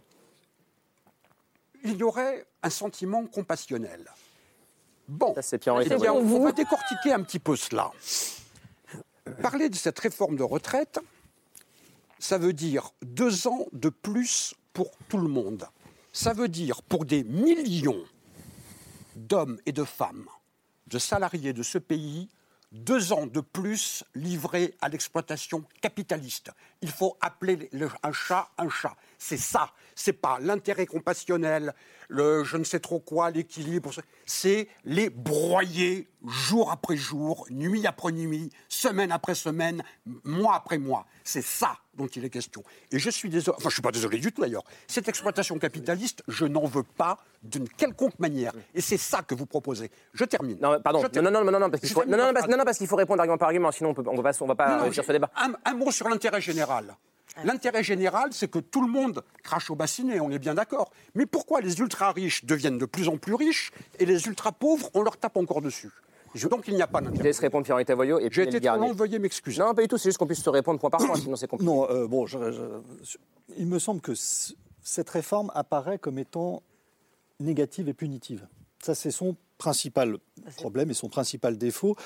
Il y aurait un sentiment compassionnel. Bon, ça, c'est Pierre-Henri eh bien, on va décortiquer un petit peu cela. Parler de cette réforme de retraite, ça veut dire deux ans de plus pour tout le monde. Ça veut dire pour des millions d'hommes et de femmes, de salariés de ce pays, deux ans de plus livrés à l'exploitation capitaliste. Il faut appeler le, un chat un chat. C'est ça. C'est pas l'intérêt compassionnel, le je ne sais trop quoi, l'équilibre. C'est les broyer jour après jour, nuit après nuit, semaine après semaine, mois après mois. C'est ça dont il est question. Et je suis désolé, enfin je suis pas désolé du tout d'ailleurs. Cette exploitation capitaliste, je n'en veux pas d'une quelconque manière. Et c'est ça que vous proposez. Je termine. Non, pardon. Non, non, non, non, non, parce qu'il faut, non, non, non, non, parce qu'il faut répondre argument par argument. Sinon, on peut, on va pas, on va pas réussir ce débat. Un, un mot sur l'intérêt général. L'intérêt général, c'est que tout le monde crache au bassinet, on est bien d'accord. Mais pourquoi les ultra-riches deviennent de plus en plus riches et les ultra-pauvres, on leur tape encore dessus ? Donc il n'y a pas d'intérêt. Je laisse répondre Pierre-Henri Tavoyot et puis J'ai été trop long, veuillez m'excuser. Non, pas du tout, c'est juste qu'on puisse se répondre point par point, sinon c'est compliqué. Non, euh, bon, je, je, il me semble que c- cette réforme apparaît comme étant négative et punitive. Ça, c'est son principal problème et son principal défaut.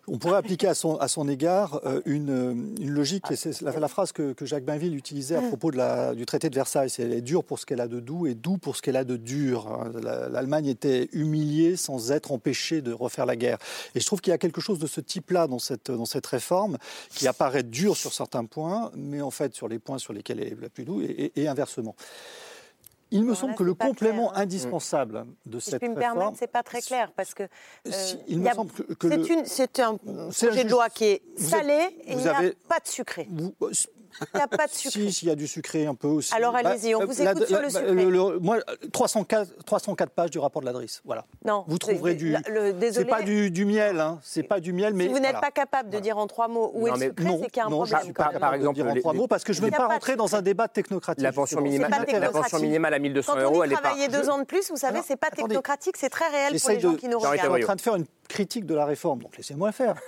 On pourrait appliquer à son, à son égard euh, une, une logique, et c'est la, la phrase que, que Jacques Bainville utilisait à propos de la, du traité de Versailles, c'est elle est dure pour ce qu'elle a de doux et doux pour ce qu'elle a de dur. L'Allemagne était humiliée sans être empêchée de refaire la guerre. Et je trouve qu'il y a quelque chose de ce type-là dans cette, dans cette réforme qui apparaît dur sur certains points, mais en fait sur les points sur lesquels elle est la plus douce, et, et, et inversement. Il me Alors semble là, que le complément clair, hein. indispensable de si cette je puis me réforme... permettre, c'est pas très clair, parce que... Euh, si, il me semble que... que c'est, le... une, c'est un c'est projet un... de loi qui est salé êtes... et il n'y avez... a pas de sucré. Vous... Il n'y a pas de sucré. Si, s'il y a du sucré un peu aussi. Alors allez-y, on bah, vous la, écoute la, sur la, le sucré. Le, le, moi, trois cent quatre, trois cent quatre pages du rapport de la D R I S, voilà. Non. Vous trouverez du... Le, désolé. C'est pas du, du miel, hein. C'est pas du miel, mais... Si vous n'êtes voilà. pas capable de dire en trois mots où non, est le sucré, non, c'est qu'il y a un non, problème. Je suis pas capable par exemple, de dire en trois mots, parce que je ne vais pas rentrer dans un débat technocratique. La pension minimale, la pension minimale à mille deux cents euros, elle est pas... Quand on dit travailler deux ans de plus, vous savez, c'est pas technocratique, c'est très réel pour les gens qui nous regardent. Je suis en train de faire une critique de la réforme, donc laissez-moi le faire.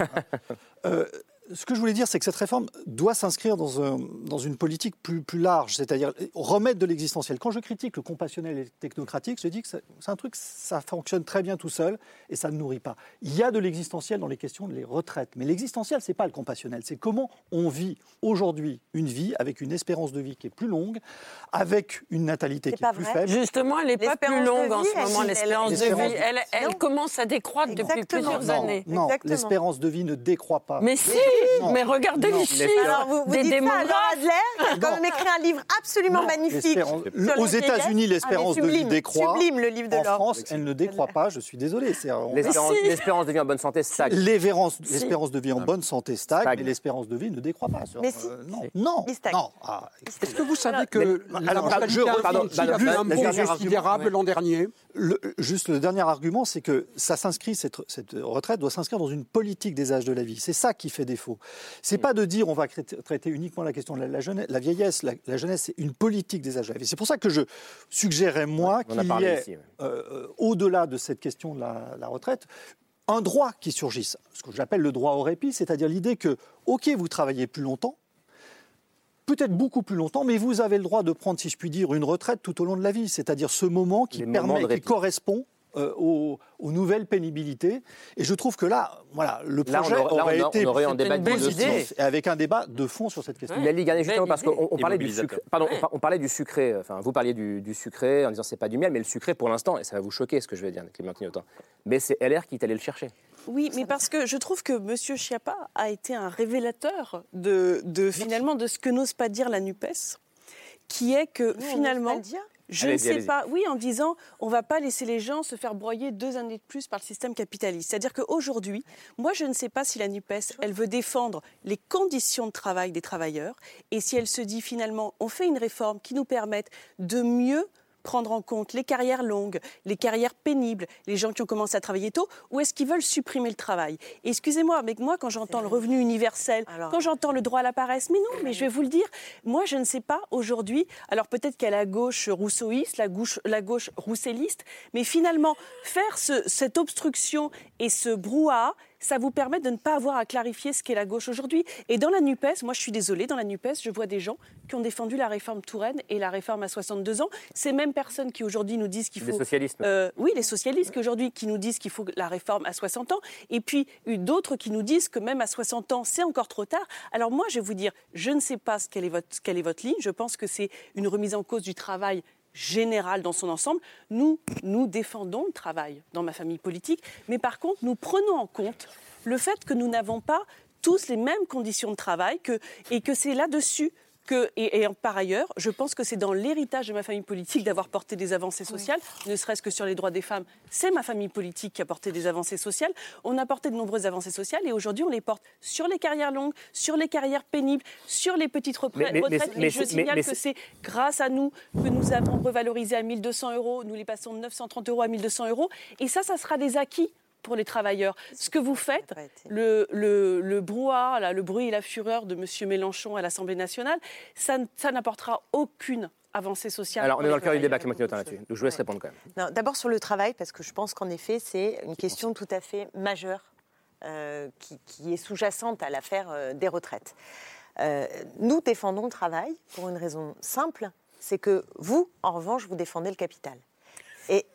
Ce que je voulais dire, c'est que cette réforme doit s'inscrire dans, un, dans une politique plus, plus large, c'est-à-dire remettre de l'existentiel. Quand je critique le compassionnel et le technocratique, je dis que c'est un truc, ça fonctionne très bien tout seul et ça ne nourrit pas. Il y a de l'existentiel dans les questions des retraites, mais l'existentiel, c'est pas le compassionnel, c'est comment on vit aujourd'hui une vie avec une espérance de vie qui est plus longue, avec une natalité qui est plus faible. Justement, elle n'est pas plus longue en ce moment, l'espérance de vie. Elle, elle commence à décroître depuis plusieurs années. Non, l'espérance de vie ne décroît pas. Mais si Non, mais regardez les chiffres Alors vous, vous des dites démographes. Ça à Adler, qui a quand même écrit un livre absolument non, magnifique. Aux États-Unis, l'espérance ah, de vie décroît. Sublime, le livre de en France, elle ne décroît pas. Je suis désolé. L'espérance si. de vie en bonne santé stagne. L'espérance si. de vie en bonne santé stagne, stagne. mais l'espérance de vie ne décroît pas. Mais si. Euh, non, non, non. Ah, Est-ce que vous savez que la mortalité infantile a fait un bond considérable l'an dernier? Le, juste le dernier argument, c'est que ça s'inscrit, cette, cette retraite doit s'inscrire dans une politique des âges de la vie. C'est ça qui fait défaut. C'est mmh. pas de dire on va traiter uniquement la question de la, la, jeunesse, la vieillesse, la, la jeunesse, c'est une politique des âges de la vie. C'est pour ça que je suggérais, moi, ouais, qu'il y ait, ici, ouais. euh, au-delà de cette question de la, la retraite, un droit qui surgisse. Ce que j'appelle le droit au répit, c'est-à-dire l'idée que, OK, vous travaillez plus longtemps, peut-être beaucoup plus longtemps, mais vous avez le droit de prendre, si je puis dire, une retraite tout au long de la vie, c'est-à-dire ce moment qui, permet, qui correspond euh, aux, aux nouvelles pénibilités. Et je trouve que là, voilà, le projet là, on aurait, aurait là, on, été on aurait un débat positif et avec un débat de fond sur cette question. Il a dit justement parce qu'on on parlait du sucre. Pardon, ouais. on parlait du sucré. Enfin, vous parliez du, du sucré en disant c'est pas du miel, mais le sucré pour l'instant, et ça va vous choquer ce que je vais dire, Clémentine Autain, mais c'est L R qui est allé le chercher. Oui, mais parce que je trouve que M. Schiappa a été un révélateur de, de finalement de ce que n'ose pas dire la NUPES, qui est que Nous, finalement, je allez-y, ne sais allez-y. pas, oui, en disant on ne va pas laisser les gens se faire broyer deux années de plus par le système capitaliste. C'est-à-dire qu'aujourd'hui, moi je ne sais pas si la NUPES, elle veut défendre les conditions de travail des travailleurs, et si elle se dit finalement on fait une réforme qui nous permette de mieux prendre en compte les carrières longues, les carrières pénibles, les gens qui ont commencé à travailler tôt, ou est-ce qu'ils veulent supprimer le travail? Et excusez-moi, mais moi, quand j'entends le revenu universel, alors... quand j'entends le droit à la paresse, mais non, mais je vais vous le dire, moi, je ne sais pas aujourd'hui, alors peut-être qu'à la gauche rousseauiste, la gauche, la gauche rousselliste, mais finalement, faire ce, cette obstruction et ce brouhaha, ça vous permet de ne pas avoir à clarifier ce qu'est la gauche aujourd'hui. Et dans la NUPES, moi je suis désolée, dans la NUPES, je vois des gens qui ont défendu la réforme Touraine et la réforme à soixante-deux ans. Ces mêmes personnes qui aujourd'hui nous disent qu'il faut... Les socialistes. Euh, oui, les socialistes qui aujourd'hui qui nous disent qu'il faut la réforme à soixante ans. Et puis d'autres qui nous disent que même à soixante ans, c'est encore trop tard. Alors moi, je vais vous dire, je ne sais pas ce quelle est votre, quelle est votre ligne. Je pense que c'est une remise en cause du travail général dans son ensemble. Nous, nous défendons le travail dans ma famille politique, mais par contre, nous prenons en compte le fait que nous n'avons pas tous les mêmes conditions de travail que, et que c'est là-dessus que, et, et par ailleurs, je pense que c'est dans l'héritage de ma famille politique d'avoir porté des avancées sociales, oui. ne serait-ce que sur les droits des femmes. C'est ma famille politique qui a porté des avancées sociales. On a porté de nombreuses avancées sociales et aujourd'hui, on les porte sur les carrières longues, sur les carrières pénibles, sur les petites retraites. Mais, mais, retraites. Mais, mais, et je signale mais, mais, que c'est grâce à nous que nous avons revalorisé à mille deux cents euros. Nous les passons de neuf cent trente euros à mille deux cents euros. Et ça, ça sera des acquis pour les travailleurs. Ce que vous faites, le, le, le brouhaha, là, le bruit et la fureur de M. Mélenchon à l'Assemblée nationale, ça, ça n'apportera aucune avancée sociale. Alors, on est dans le cœur du débat, Clémentine Autain, là-dessus. Donc, je vous laisse répondre quand même. Non, d'abord sur le travail, parce que je pense qu'en effet, c'est une question tout à fait majeure euh, qui, qui est sous-jacente à l'affaire euh, des retraites. Euh, nous défendons le travail pour une raison simple, c'est que vous, en revanche, vous défendez le capital. Et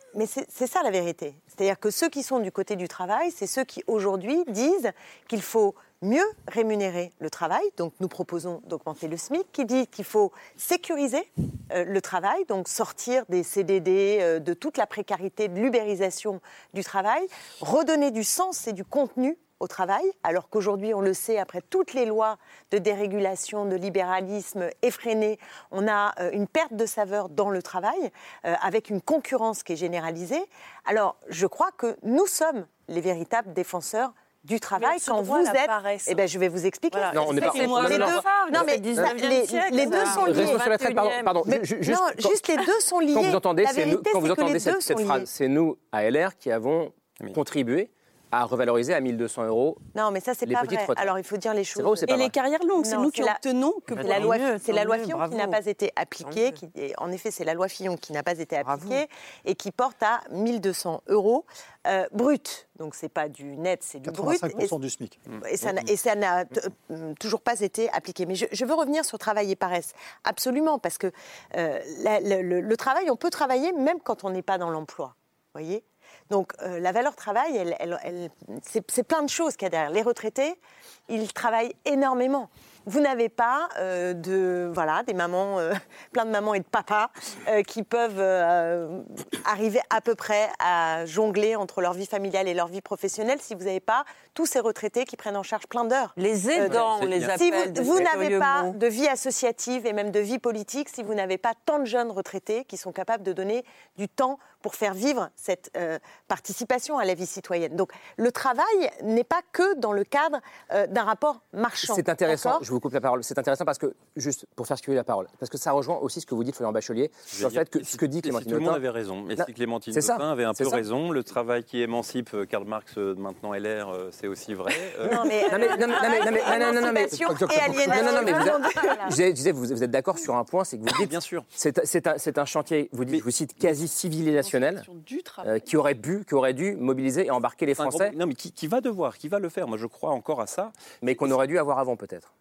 mais c'est, c'est ça la vérité. C'est-à-dire que ceux qui sont du côté du travail, c'est ceux qui aujourd'hui disent qu'il faut mieux rémunérer le travail. Donc nous proposons d'augmenter le SMIC, qui dit qu'il faut sécuriser euh, le travail, donc sortir des C D D, euh, de toute la précarité, de l'ubérisation du travail, redonner du sens et du contenu au travail, alors qu'aujourd'hui, on le sait, après toutes les lois de dérégulation, de libéralisme effréné, on a euh, une perte de saveur dans le travail, euh, avec une concurrence qui est généralisée. Alors, je crois que nous sommes les véritables défenseurs du travail quand vous êtes. Eh ben, je vais vous expliquer. Voilà. Non, on n'est pas. Les deux, non, mais les, les deux sont liés. Pardon, pardon. Mais, juste, non, quand, juste les deux sont liés. Quand vous entendez, La vérité, c'est nous, quand vous entendez cette, cette phrase, c'est nous à L R qui avons oui. contribué à revaloriser à mille deux cents euros. Non, mais ça, c'est les pas petites vrai. retraites. Alors, il faut dire les choses. Vrai c'est et les vrai. carrières longues, c'est non, nous qui la... obtenons que c'est la loi, c'est la loi Fillon bravo. qui n'a pas été appliquée. Qui, en effet, c'est la loi Fillon qui n'a pas été appliquée bravo. et qui porte à mille deux cents euros euh, brut. Donc, c'est pas du net, c'est du brut. quatre-vingt-cinq pour cent du SMIC. Et ça n'a, et ça n'a t- toujours pas été appliqué. Mais je, je veux revenir sur travail et paresse. Absolument, parce que euh, la, le, le, le travail, on peut travailler même quand on n'est pas dans l'emploi. Vous voyez ? Donc, euh, la valeur travail, elle, elle, elle, c'est, c'est plein de choses qu'il y a derrière. Les retraités, ils travaillent énormément. Vous n'avez pas euh, de, voilà, des mamans, euh, plein de mamans et de papas euh, qui peuvent euh, arriver à peu près à jongler entre leur vie familiale et leur vie professionnelle si vous n'avez pas tous ces retraités qui prennent en charge plein d'heures. Les aidants, euh, on les appelle. Si vous, vous n'avez pas mots. de vie associative et même de vie politique, si vous n'avez pas tant de jeunes retraités qui sont capables de donner du temps pour faire vivre cette euh, participation à la vie citoyenne. Donc, le travail n'est pas que dans le cadre euh, d'un rapport marchand. C'est intéressant, d'accord ? je vous coupe la parole, c'est intéressant parce que, juste pour faire circuler la parole, parce que ça rejoint aussi ce que vous dites, Florian Bachelier, sur le fait que ce que dit Clémentine si tout le monde Autain... avait raison, mais non, si Clémentine c'est ça, Autain avait un peu ça. raison, le travail qui émancipe Karl Marx, maintenant L R, c'est aussi vrai. Non, mais... Non, mais... Non, mais... Non, mais... Non, non, non, mais... Et aliénation. Non, non, mais vous, je disais, vous, vous êtes d'accord sur un point, c'est que vous dites... Bien sûr. C'est, c'est, un, c'est un chantier, vous dites, je vous cite, quasi civilisationnel, euh, qui aurait pu, qui aurait dû mobiliser et embarquer les Français. Gros... Non, mais qui, qui va devoir, qui va le faire. Moi, je crois encore à ça. Mais qu'on aurait dû avoir avant, peut-être.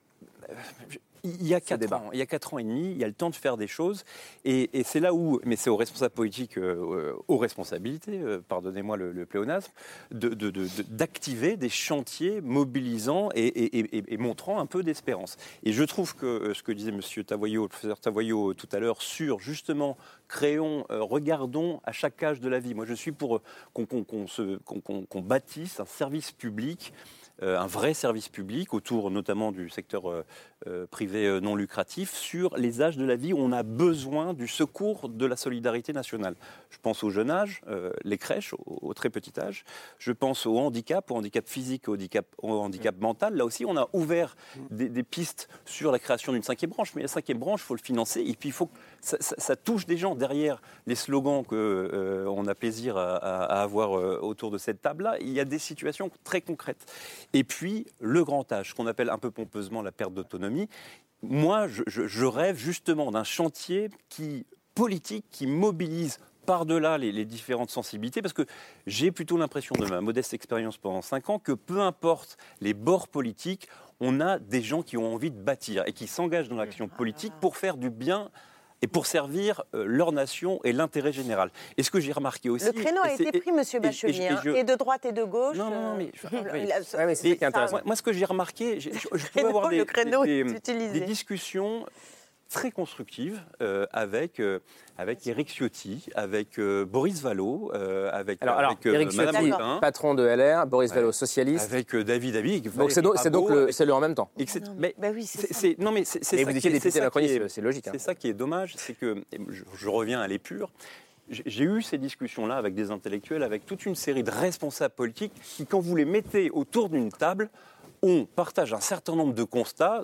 Il y a quatre ans, il y a quatre ans et demi, il y a le temps de faire des choses, et, et c'est là où, mais c'est aux responsables politiques, euh, aux responsabilités, euh, pardonnez-moi le, le pléonasme, de, de, de, de, d'activer des chantiers mobilisants et, et, et, et montrant un peu d'espérance. Et je trouve que euh, ce que disait Monsieur Tavoyot, le professeur Tavoyot tout à l'heure, sur justement créons, euh, regardons à chaque âge de la vie. Moi, je suis pour euh, qu'on, qu'on, qu'on, se, qu'on, qu'on, qu'on bâtisse un service public. Euh, un vrai service public autour notamment du secteur euh, euh, privé euh, non lucratif sur les âges de la vie où on a besoin du secours de la solidarité nationale. Je pense au jeune âge, euh, les crèches au, au très petit âge. Je pense au handicap, au handicap physique, au handicap, au handicap mmh. mental. Là aussi, on a ouvert mmh. des, des pistes sur la création d'une cinquième branche. Mais la cinquième branche, il faut le financer et puis il faut que ça, ça, ça touche des gens. Derrière les slogans qu'on euh, a plaisir à, à avoir euh, autour de cette table-là, il y a des situations très concrètes. Et puis, le grand âge, qu'on appelle un peu pompeusement la perte d'autonomie. Moi, je, je, je rêve justement d'un chantier qui, politique qui mobilise par-delà les, les différentes sensibilités, parce que j'ai plutôt l'impression, de ma modeste expérience pendant cinq ans, que peu importe les bords politiques, on a des gens qui ont envie de bâtir et qui s'engagent dans l'action politique pour faire du bien et pour servir euh, leur nation et l'intérêt général. Et ce que j'ai remarqué aussi... Le créneau a été pris, Monsieur Bachelier, et, et, et, je... et de droite et de gauche. Non, non, non, mais... Euh... oui. La... Ouais, mais c'est ça qui est intéressant. Moi, moi, ce que j'ai remarqué, j'ai, je, je pouvais avoir des, des, des, des discussions très constructives euh, avec, euh, avec Éric Ciotti, avec euh, Boris Vallaud, euh, avec, alors, alors, avec euh, Éric Ciotti, patron de L R, Boris ouais. Vallaud, socialiste. Avec euh, David Abig. Donc c'est, do- c'est donc le, c'est le en même temps. C'est, non, mais, bah oui, c'est, c'est c'est, non, mais c'est, c'est mais ça vous étiez député macroniste, c'est logique. C'est hein. ça qui est dommage, c'est que, je, je reviens à l'épure, j'ai eu ces discussions-là avec des intellectuels, avec toute une série de responsables politiques qui, quand vous les mettez autour d'une table, on partage un certain nombre de constats,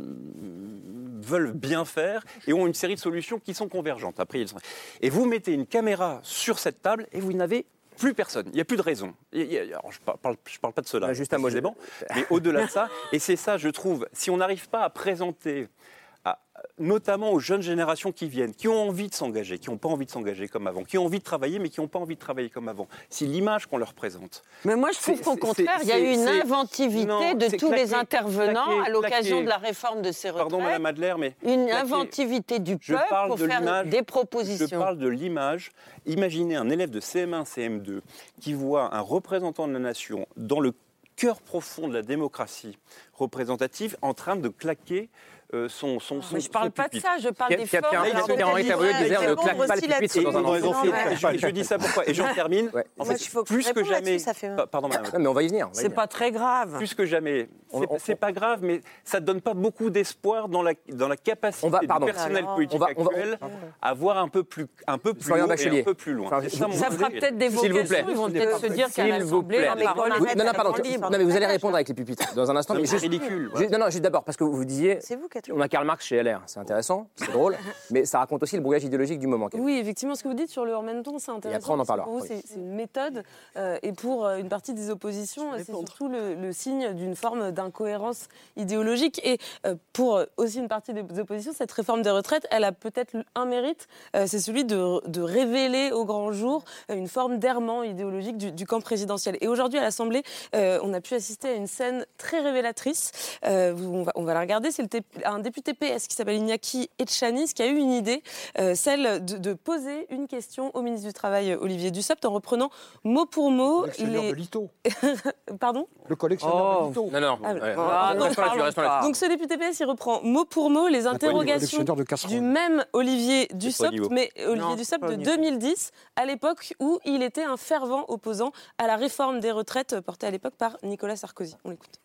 veulent bien faire et ont une série de solutions qui sont convergentes. Après, ils sont... Et vous mettez une caméra sur cette table et vous n'avez plus personne. Il n'y a plus de raison. Il y a... Alors, je ne parle, parle pas de cela, juste un mot mais au-delà de ça, et c'est ça, je trouve, si on n'arrive pas à présenter à, notamment aux jeunes générations qui viennent, qui ont envie de s'engager, qui n'ont pas envie de s'engager comme avant, qui ont envie de travailler, mais qui n'ont pas envie de travailler comme avant. C'est l'image qu'on leur présente. Mais moi, je trouve qu'au contraire, il y a eu une inventivité non, de tous claqué, les intervenants claqué, à l'occasion claqué. de la réforme de ces retraites. Pardon, Madame Adler, mais... Une claqué. inventivité du peuple pour faire des propositions. Je parle de l'image. Imaginez un élève de C M un, C M deux qui voit un représentant de la nation dans le cœur profond de la démocratie représentative en train de claquer Euh, son, son, son, mais je ne parle pas pupitre. de ça, je parle des formes. Pierre-Henri Taboyot disait on ne claque pas le pupitre dans un enfant. Je, je dis ça pourquoi Et j'en termine. Ouais. En fait, Moi, plus que jamais. Fait... Pardon, madame. Non, mais on va y venir. C'est pas très grave. Plus que jamais. C'est pas grave, mais ça ne donne pas beaucoup d'espoir dans la, dans la capacité va, du personnel Alors, politique on va, on va, actuel on va, à voir un peu plus, un peu plus haut et un peu plus loin. Ça fera peut-être des vocations. Ils vont peut-être se dire qu'à l'Assemblée, la parole est Non, non, pardon. Non, mais vous allez répondre avec les pupitres dans un instant. C'est ridicule. Non, non, juste d'abord, parce que vous disiez. On a Karl Marx chez L R, c'est intéressant, c'est drôle, mais ça raconte aussi le brouillage idéologique du moment. Oui, effectivement, ce que vous dites sur le en même temps, c'est intéressant. Et après, on en parlera. Pour vous, oui. c'est une méthode, euh, et pour une partie des oppositions, c'est surtout le, le signe d'une forme d'incohérence idéologique. Et euh, pour aussi une partie des oppositions, cette réforme des retraites, elle a peut-être un mérite, euh, c'est celui de, de révéler au grand jour une forme d'errement idéologique du, du camp présidentiel. Et aujourd'hui, à l'Assemblée, euh, on a pu assister à une scène très révélatrice. Euh, on, va, on va la regarder. C'est le t- un député P S qui s'appelle Iñaki Etchaniz qui a eu une idée, euh, celle de, de poser une question au ministre du Travail, Olivier Dussopt, en reprenant mot pour mot... Le collectionneur les... de Lito. Pardon ? Le collectionneur oh. de Lito. Non, non. Ah, ouais. ah, non, non, non, non donc ce député P S, il reprend mot pour mot les interrogations du même Olivier Dussopt, mais Olivier non, Dussopt de deux mille dix, à l'époque où il était un fervent opposant à la réforme des retraites portée à l'époque par Nicolas Sarkozy. On l'écoute.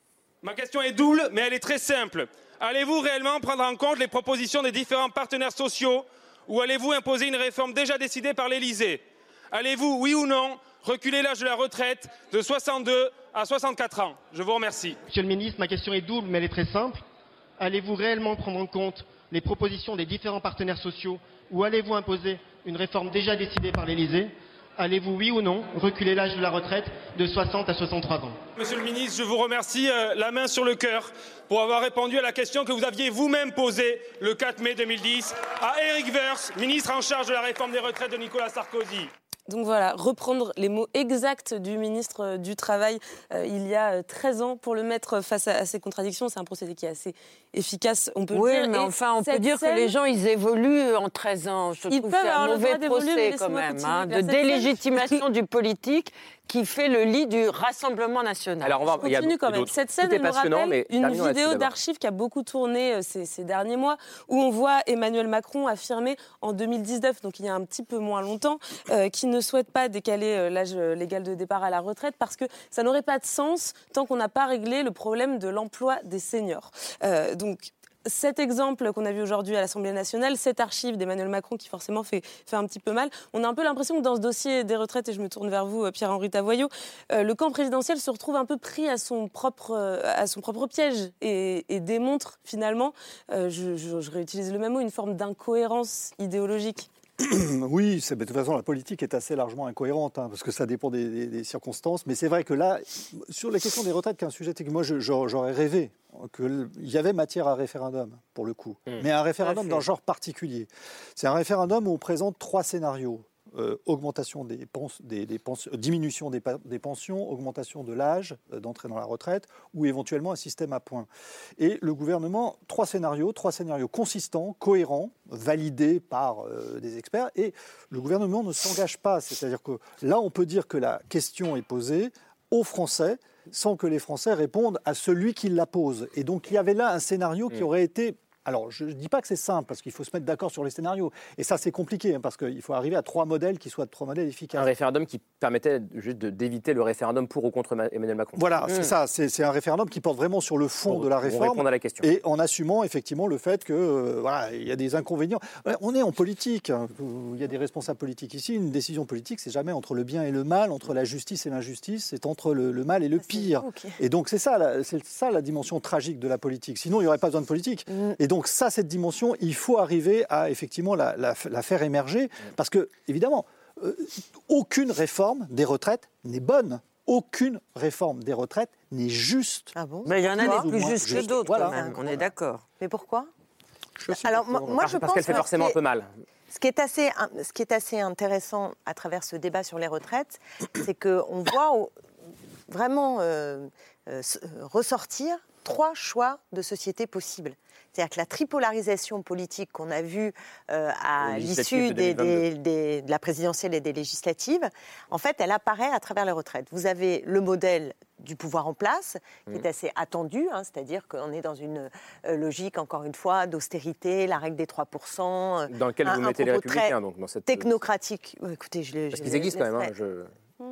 Ma question est double, mais elle est très simple. Allez-vous réellement prendre en compte les propositions des différents partenaires sociaux ou allez-vous imposer une réforme déjà décidée par l'Élysée ? Allez-vous, oui ou non, reculer l'âge de la retraite de soixante-deux à soixante-quatre ans ? Je vous remercie. Monsieur le ministre, ma question est double, mais elle est très simple. Allez-vous réellement prendre en compte les propositions des différents partenaires sociaux ou allez-vous imposer une réforme déjà décidée par l'Élysée ? Allez-vous, oui ou non, reculer l'âge de la retraite de soixante à soixante-trois ans ? Monsieur le ministre, je vous remercie, euh, la main sur le cœur, pour avoir répondu à la question que vous aviez vous-même posée le quatre mai deux mille dix à Éric Woerth, ministre en charge de la réforme des retraites de Nicolas Sarkozy. Donc voilà, reprendre les mots exacts du ministre du Travail euh, il y a treize ans pour le mettre face à, à ces contradictions. C'est un procédé qui est assez efficace, on peut oui, le dire. Oui, mais et enfin, on peut dire scène, que les gens, ils évoluent en treize ans. Je ils trouve peuvent c'est un mauvais procès quand même, hein, de délégitimation du politique qui fait le lit du Rassemblement national. Alors on va, il continue quand même. Cette scène, elle me rappelle une vidéo d'archives qui a beaucoup tourné ces, ces derniers mois, où on voit Emmanuel Macron affirmer en deux mille dix-neuf, donc il y a un petit peu moins longtemps, euh, qu'il ne souhaite pas décaler l'âge légal de départ à la retraite parce que ça n'aurait pas de sens tant qu'on n'a pas réglé le problème de l'emploi des seniors. Euh, donc cet exemple qu'on a vu aujourd'hui à l'Assemblée nationale, cette archive d'Emmanuel Macron qui forcément fait, fait un petit peu mal, on a un peu l'impression que dans ce dossier des retraites, et je me tourne vers vous Pierre-Henri Taboyot, euh, le camp présidentiel se retrouve un peu pris à son propre, euh, à son propre piège et, et démontre finalement, euh, je, je, je réutilise le même mot, une forme d'incohérence idéologique. Oui, c'est, de toute façon, la politique est assez largement incohérente, hein, parce que ça dépend des, des, des circonstances. Mais c'est vrai que là, sur la question des retraites, qui est un sujet que moi, je, j'aurais rêvé qu'il y avait matière à référendum, pour le coup. Mmh. Mais un référendum d'un genre particulier. C'est un référendum où on présente trois scénarios. Euh, augmentation des, pens- des, des pens- diminution des, pa- des pensions, augmentation de l'âge euh, d'entrée dans la retraite ou éventuellement un système à points. Et le gouvernement, trois scénarios, trois scénarios consistants, cohérents, validés par euh, des experts et le gouvernement ne s'engage pas. C'est-à-dire que là, on peut dire que la question est posée aux Français sans que les Français répondent à celui qui la pose. Et donc, il y avait là un scénario qui aurait été... Alors, je ne dis pas que c'est simple, parce qu'il faut se mettre d'accord sur les scénarios. Et ça, c'est compliqué, hein, parce qu'il faut arriver à trois modèles qui soient trois modèles efficaces. Un référendum qui permettait juste de, d'éviter le référendum pour ou contre Emmanuel Macron. Voilà, mmh. c'est ça. C'est, c'est un référendum qui porte vraiment sur le fond pour, de la réforme. Pour répondre à la question. Et en assumant effectivement le fait que euh, voilà, il y a des inconvénients. On est en politique. Hein, il y a des responsables politiques ici. Une décision politique, c'est jamais entre le bien et le mal, entre la justice et l'injustice. C'est entre le, le mal et le ah, pire. Okay. Et donc, c'est ça, la, c'est ça la dimension tragique de la politique. Sinon, il n'y aurait pas besoin de politique. Mmh. Et donc, ça, cette dimension, il faut arriver à effectivement la, la, la faire émerger parce que, évidemment, euh, aucune réforme des retraites n'est bonne. Aucune réforme des retraites n'est juste. Ah bon ? Mais il y en a des plus justes que d'autres, voilà. Quand même, on est d'accord. Mais pourquoi ? Alors, moi, moi, je Parce pense qu'elle fait forcément un peu mal. Ce qui est assez, ce qui est assez intéressant à travers ce débat sur les retraites, c'est qu'on voit vraiment euh, euh, ressortir trois choix de société possibles. C'est-à-dire que la tripolarisation politique qu'on a vue euh, à l'issue des, des, des, de la présidentielle et des législatives, en fait, elle apparaît à travers les retraites. Vous avez le modèle du pouvoir en place, qui est assez attendu, hein, c'est-à-dire qu'on est dans une euh, logique, encore une fois, d'austérité, la règle des trois pour cent. Dans lequel un, vous mettez les Républicains, donc, dans cette... technocratique. Euh, écoutez, je le... Parce je qu'ils existent quand même, hein, je...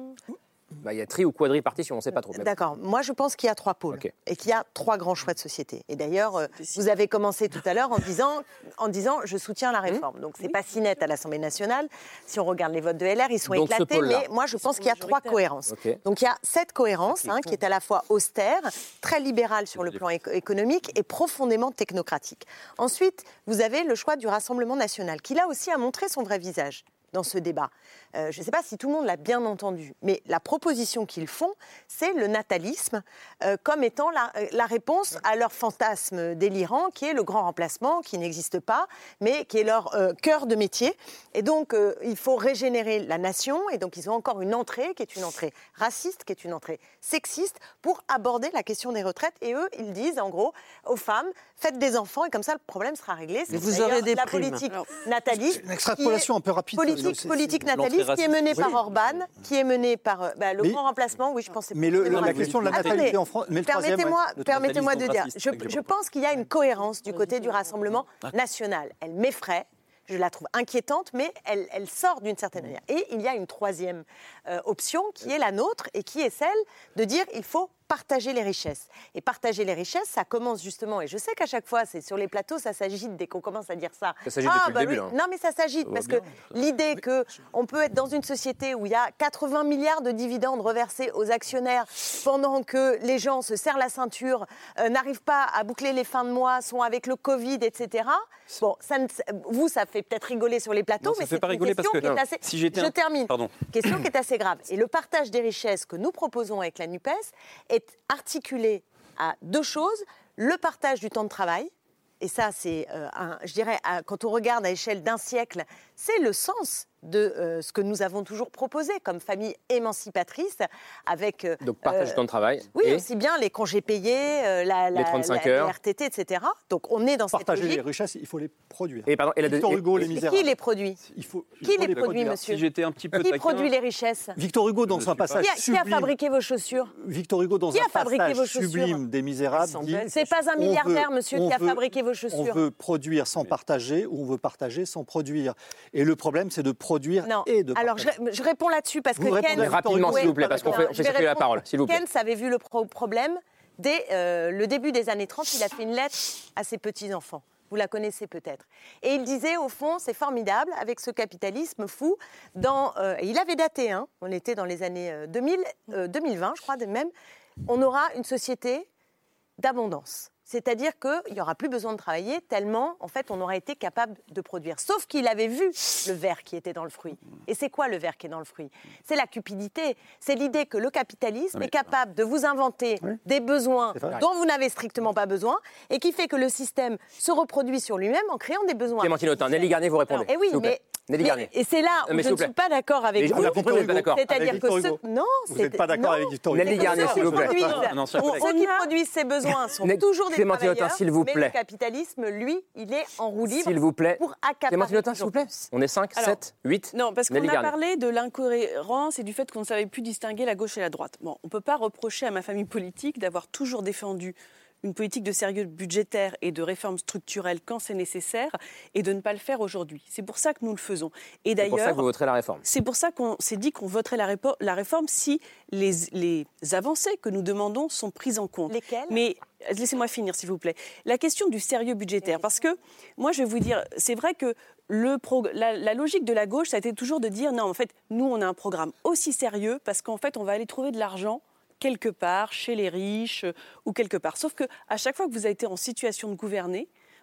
Bah, il y a tri ou quadripartition, on ne sait pas trop. D'accord. Moi, je pense qu'il y a trois pôles okay. et qu'il y a trois grands choix de société. Et d'ailleurs, euh, vous avez commencé tout à l'heure en disant, en disant je soutiens la réforme. Mmh. Donc, ce n'est pas si net à l'Assemblée nationale. Si on regarde les votes de L R, ils sont donc éclatés. Mais moi, je pense qu'il y a trois cohérences. Okay. Donc, il y a cette cohérence hein, qui est à la fois austère, très libérale sur le plan économique et profondément technocratique. Ensuite, vous avez le choix du Rassemblement national, qui là aussi a montré son vrai visage dans ce débat. Euh, je ne sais pas si tout le monde l'a bien entendu, mais la proposition qu'ils font, c'est le natalisme euh, comme étant la, la réponse à leur fantasme délirant, qui est le grand remplacement, qui n'existe pas, mais qui est leur euh, cœur de métier. Et donc, euh, il faut régénérer la nation, et donc ils ont encore une entrée, qui est une entrée raciste, qui est une entrée sexiste, pour aborder la question des retraites. Et eux, ils disent, en gros, aux femmes, faites des enfants, et comme ça, le problème sera réglé. C'est vous aurez des la primes. politique nataliste. Une extrapolation un peu rapide. Politique, politique nataliste qui est menée par Orban, qui est menée par bah, le mais, grand remplacement. Oui, je pensais. Mais le, le, la question de la natalité Attendez, en France. Mais permettez-moi, ouais, permettez-moi de dire. Je, je pense qu'il y a une cohérence du côté du Rassemblement national. Elle m'effraie. Je la trouve inquiétante, mais elle, elle sort d'une certaine manière. Et il y a une troisième euh, option qui est la nôtre et qui est celle de dire il faut partager les richesses. Et partager les richesses, ça commence justement, et je sais qu'à chaque fois, c'est sur les plateaux, ça s'agite dès qu'on commence à dire ça. Ça s'agite ah, depuis bah, le début. Oui. Non, mais ça s'agite, parce que l'idée qu'on peut être dans une société où il y a quatre-vingts milliards de dividendes reversés aux actionnaires pendant que les gens se serrent la ceinture, euh, n'arrivent pas à boucler les fins de mois, sont avec le Covid, et cetera. Bon, ça ne, vous, ça fait peut-être rigoler sur les plateaux, non, mais c'est une question qui est assez... Si j'étais je un... termine. Pardon. Question qui est assez grave. Et le partage des richesses que nous proposons avec la NUPES est articulé à deux choses. Le partage du temps de travail, et ça, c'est, euh, un, je dirais, à, quand on regarde à l'échelle d'un siècle, c'est le sens de euh, ce que nous avons toujours proposé comme famille émancipatrice avec... Euh, Donc partage euh, du temps de travail. Oui, et aussi bien les congés payés, euh, la, la, les trente-cinq la, heures. les R T T, et cetera. Donc on est dans partager cette logique. les richesses, il faut les produire. Et, pardon, et la Victor Hugo, et, les misérables. Qui les produit il faut, il Qui faut les, les produit, produire. monsieur Si j'étais un petit peu Qui taquin, produit les richesses Victor Hugo, dans un passage qui a, sublime... Qui a fabriqué vos chaussures Victor Hugo, dans qui un a fabriqué vos passage sublime des Misérables, dit... C'est pas un milliardaire, veut, monsieur, qui a veut, fabriqué vos chaussures. On veut produire sans partager ou on veut partager sans produire. Et le problème, c'est de produire non. et de Alors, partager. je, je réponds là-dessus parce vous que Ken... Rapidement, s'il vous plaît, parce qu'on fait, on fait circuler la parole, s'il vous plaît. Ken avait vu le pro- problème dès euh, le début des années trente. Il a fait une lettre à ses petits-enfants. Vous la connaissez peut-être. Et il disait, au fond, c'est formidable, avec ce capitalisme fou. Dans, euh, et il avait daté, hein, on était dans les années euh, deux mille, euh, deux mille vingt, je crois, même. On aura une société d'abondance. C'est-à-dire qu'il n'y aura plus besoin de travailler tellement, en fait, on aura été capable de produire. Sauf qu'il avait vu le ver qui était dans le fruit. Et c'est quoi le ver qui est dans le fruit ? C'est la cupidité. C'est l'idée que le capitalisme oui. est capable de vous inventer oui. des besoins dont vous n'avez strictement pas besoin et qui fait que le système se reproduit sur lui-même en créant des besoins. Clémentine Autain, Nelly Garnier, vous répondez. Et oui, mais... Nelly Garnier. Et c'est là où non, je ne suis pas d'accord avec mais vous. On a compris, vous n'êtes pas d'accord. C'est-à-dire que ce... Non, vous n'êtes pas d'accord avec Victor Hugo. Nelly Garnier, s'il vous plaît. Ceux qui produisent ces besoins sont toujours des travailleurs, s'il vous plaît. mais le capitalisme, lui, il est en roue libre s'il vous plaît. pour accaparer. Clémentine Autain, s'il vous plaît. On est cinq, sept, huit. Non, parce qu'on a parlé de l'incohérence et du fait qu'on ne savait plus distinguer la gauche et la droite. Bon, on ne peut pas reprocher à ma famille politique d'avoir toujours défendu une politique de sérieux budgétaire et de réforme structurelle quand c'est nécessaire et de ne pas le faire aujourd'hui. C'est pour ça que nous le faisons. Et d'ailleurs, c'est pour ça que vous voterez la réforme. C'est pour ça qu'on s'est dit qu'on voterait la, répo- la réforme si les, les avancées que nous demandons sont prises en compte. Lesquelles ? Mais laissez-moi finir, s'il vous plaît. La question du sérieux budgétaire, parce que moi, je vais vous dire, c'est vrai que le pro- la, la logique de la gauche, ça a été toujours de dire non, en fait, nous, on a un programme aussi sérieux parce qu'en fait, on va aller trouver de l'argent quelque part, chez les riches euh, ou quelque part. Sauf qu'à chaque fois que vous avez été en situation de gouverner,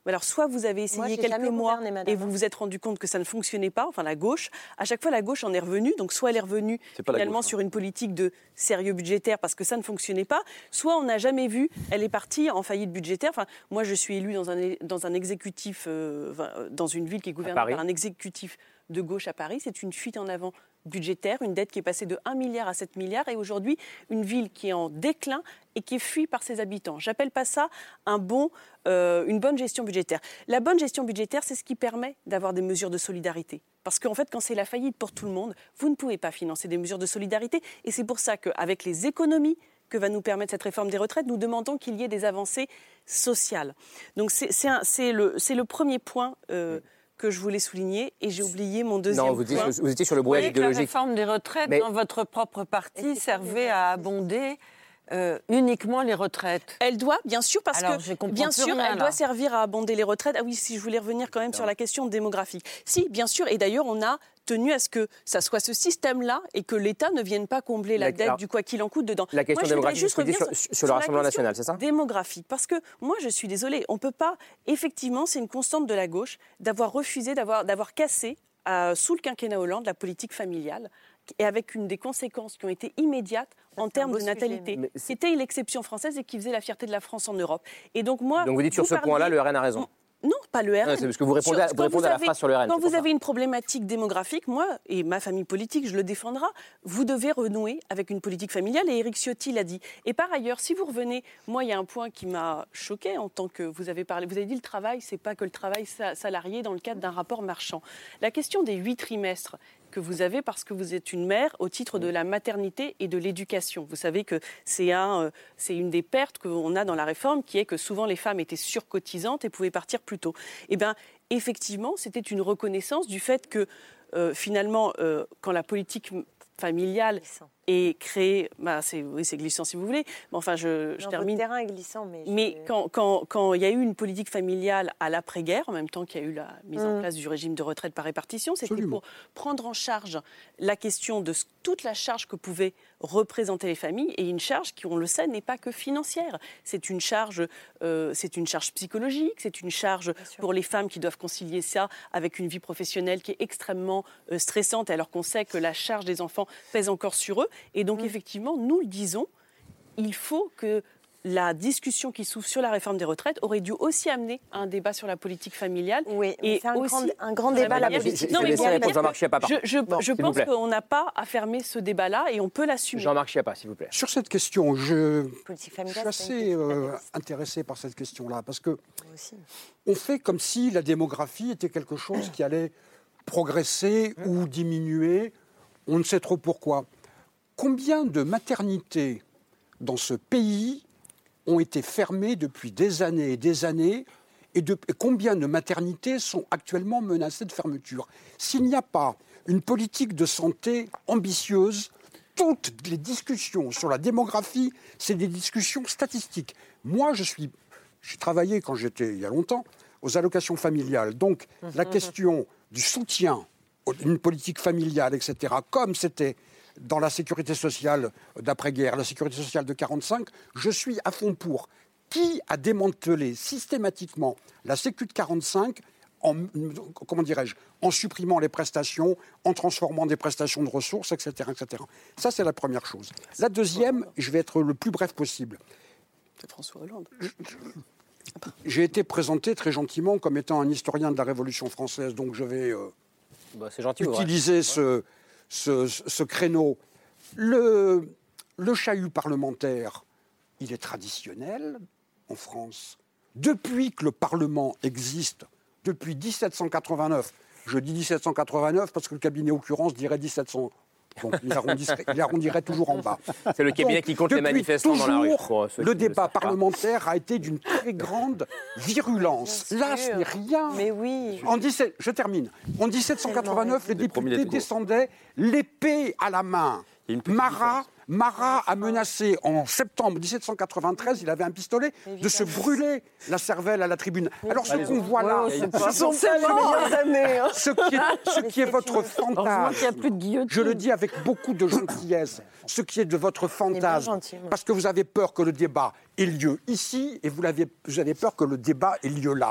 Alors, soit vous avez essayé Moi, quelques mois madame. et vous vous êtes rendu compte que ça ne fonctionnait pas, enfin la gauche, à chaque fois la gauche en est revenue, donc soit elle est revenue finalement gauche, sur une politique de sérieux budgétaire parce que ça ne fonctionnait pas, soit on n'a jamais vu, elle est partie en faillite budgétaire. Enfin, moi je suis élue dans un, dans un exécutif, euh, dans une ville qui est gouvernée par un exécutif de gauche à Paris, c'est une fuite en avant budgétaire, une dette qui est passée de un milliard à sept milliards et aujourd'hui une ville qui est en déclin et qui est fuie par ses habitants. J'appelle pas ça un bon, euh, une bonne gestion budgétaire. La bonne gestion budgétaire, c'est ce qui permet d'avoir des mesures de solidarité. Parce qu'en fait, quand c'est la faillite pour tout le monde, vous ne pouvez pas financer des mesures de solidarité et c'est pour ça qu'avec les économies que va nous permettre cette réforme des retraites, nous demandons qu'il y ait des avancées sociales. Donc c'est, c'est, un, c'est, le, c'est le premier point euh, que je voulais souligner et j'ai oublié mon deuxième non, vous point. Dites, vous étiez sur le brouillage idéologique. La réforme des retraites Mais... dans votre propre parti servait à abonder euh, uniquement les retraites. Elle doit, bien sûr, parce Alors, que bien sûr, rien, elle là. doit servir à abonder les retraites. Ah oui, si je voulais revenir quand même non. sur la question démographique. Si, bien sûr, et d'ailleurs, on a tenu à ce que ça soit ce système-là et que l'État ne vienne pas combler la, la dette alors, du quoi qu'il en coûte dedans. La question moi, démographique, juste revenir sur, sur, sur le Rassemblement national, c'est ça ? Démographique, parce que moi, je suis désolée, on ne peut pas, effectivement, c'est une constante de la gauche, d'avoir refusé, d'avoir, d'avoir cassé, euh, sous le quinquennat Hollande, la politique familiale, et avec une des conséquences qui ont été immédiates ça, en termes de natalité. Sujet, C'était l'exception française et qui faisait la fierté de la France en Europe. Et donc, moi, donc vous dites sur vous ce parliez, point-là, le R N a raison. Non, pas le R N. Non, c'est parce que vous répondez, à, vous répondez vous à la avez, phrase sur le R N. Quand vous avez ça. une problématique démographique, moi et ma famille politique, je le défendrai, vous devez renouer avec une politique familiale et Éric Ciotti l'a dit. Et par ailleurs, si vous revenez, moi il y a un point qui m'a choqué en tant que vous avez parlé, vous avez dit le travail, c'est pas que le travail salarié dans le cadre d'un rapport marchand. La question des huit trimestres que vous avez parce que vous êtes une mère au titre de la maternité et de l'éducation. Vous savez que c'est, un, euh, c'est une des pertes qu'on a dans la réforme qui est que souvent les femmes étaient surcotisantes et pouvaient partir plus tôt. Eh bien, effectivement, c'était une reconnaissance du fait que euh, finalement, euh, quand la politique familiale est créée, bah c'est, oui, c'est glissant si vous voulez, mais enfin je, je non, termine. Votre terrain est glissant, mais. Mais je... quand, quand, quand il y a eu une politique familiale à l'après-guerre, en même temps qu'il y a eu la mise mmh. en place du régime de retraite par répartition, c'était Absolument. Pour prendre en charge la question de toute la charge que pouvaient représenter les familles, et une charge qui, on le sait, n'est pas que financière. C'est une charge, euh, c'est une charge psychologique, c'est une charge pour les femmes qui doivent concilier ça avec une vie professionnelle qui est extrêmement euh, stressante, alors qu'on sait que la charge des enfants pèse encore sur eux. Et donc, mmh. effectivement, nous le disons, il faut que la discussion qui s'ouvre sur la réforme des retraites aurait dû aussi amener à un débat sur la politique familiale. Oui, et c'est un, aussi, grand, un grand débat, la politique non, mais Jean-Marc Schiappa, je, je, bon, je pense qu'on n'a pas à fermer ce débat-là et on peut l'assumer. Jean-Marc Schiappa, s'il vous plaît. Sur cette question, je, je suis assez euh, intéressé par cette question-là, parce que on fait comme si la démographie était quelque chose qui allait progresser ou diminuer, on ne sait trop pourquoi. Combien de maternités dans ce pays ont été fermées depuis des années et des années, et, de, et combien de maternités sont actuellement menacées de fermeture? S'il n'y a pas une politique de santé ambitieuse, toutes les discussions sur la démographie, c'est des discussions statistiques. Moi, je suis, j'ai travaillé quand j'étais, il y a longtemps, aux allocations familiales. Donc, la question du soutien d'une politique familiale, et cetera, comme c'était dans la sécurité sociale d'après-guerre, la sécurité sociale de quarante-cinq, je suis à fond pour. Qui a démantelé systématiquement la sécu de quarante-cinq en, comment dirais-je, en supprimant les prestations, en transformant des prestations de ressources, et cetera, et cetera. Ça, c'est la première chose. La deuxième, je vais être le plus bref possible. C'est François Hollande. Je, je, j'ai été présenté très gentiment comme étant un historien de la Révolution française, donc je vais euh, bah, c'est gentil, utiliser ouais. ce... Ce, ce créneau. Le, le chahut parlementaire, il est traditionnel en France. Depuis que le Parlement existe, depuis dix-sept cent quatre-vingt-neuf, je dis dix-sept cent quatre-vingt-neuf parce que le cabinet occurrence dirait dix-sept cents. Donc il arrondirait, il arrondirait toujours en bas. C'est le cabinet Donc, qui compte les manifestants dans la rue. Le débat parlementaire a été d'une très grande virulence. Là, ce n'est rien. Mais oui. En dix-sept, je termine. En dix-sept cent quatre-vingt-neuf, les députés descendaient l'épée à la main. Marat, Marat a menacé en septembre dix-sept cent quatre-vingt-treize, il avait un pistolet, de se brûler la cervelle à la tribune. Alors ce qu'on voit là, ce sont les meilleures années. Hein. Ce qui est, ce qui est votre fantasme, je le dis avec beaucoup de gentillesse, ce qui est de votre fantasme, parce que vous avez peur que le débat ait lieu ici et vous avez, vous avez peur que le débat ait lieu là.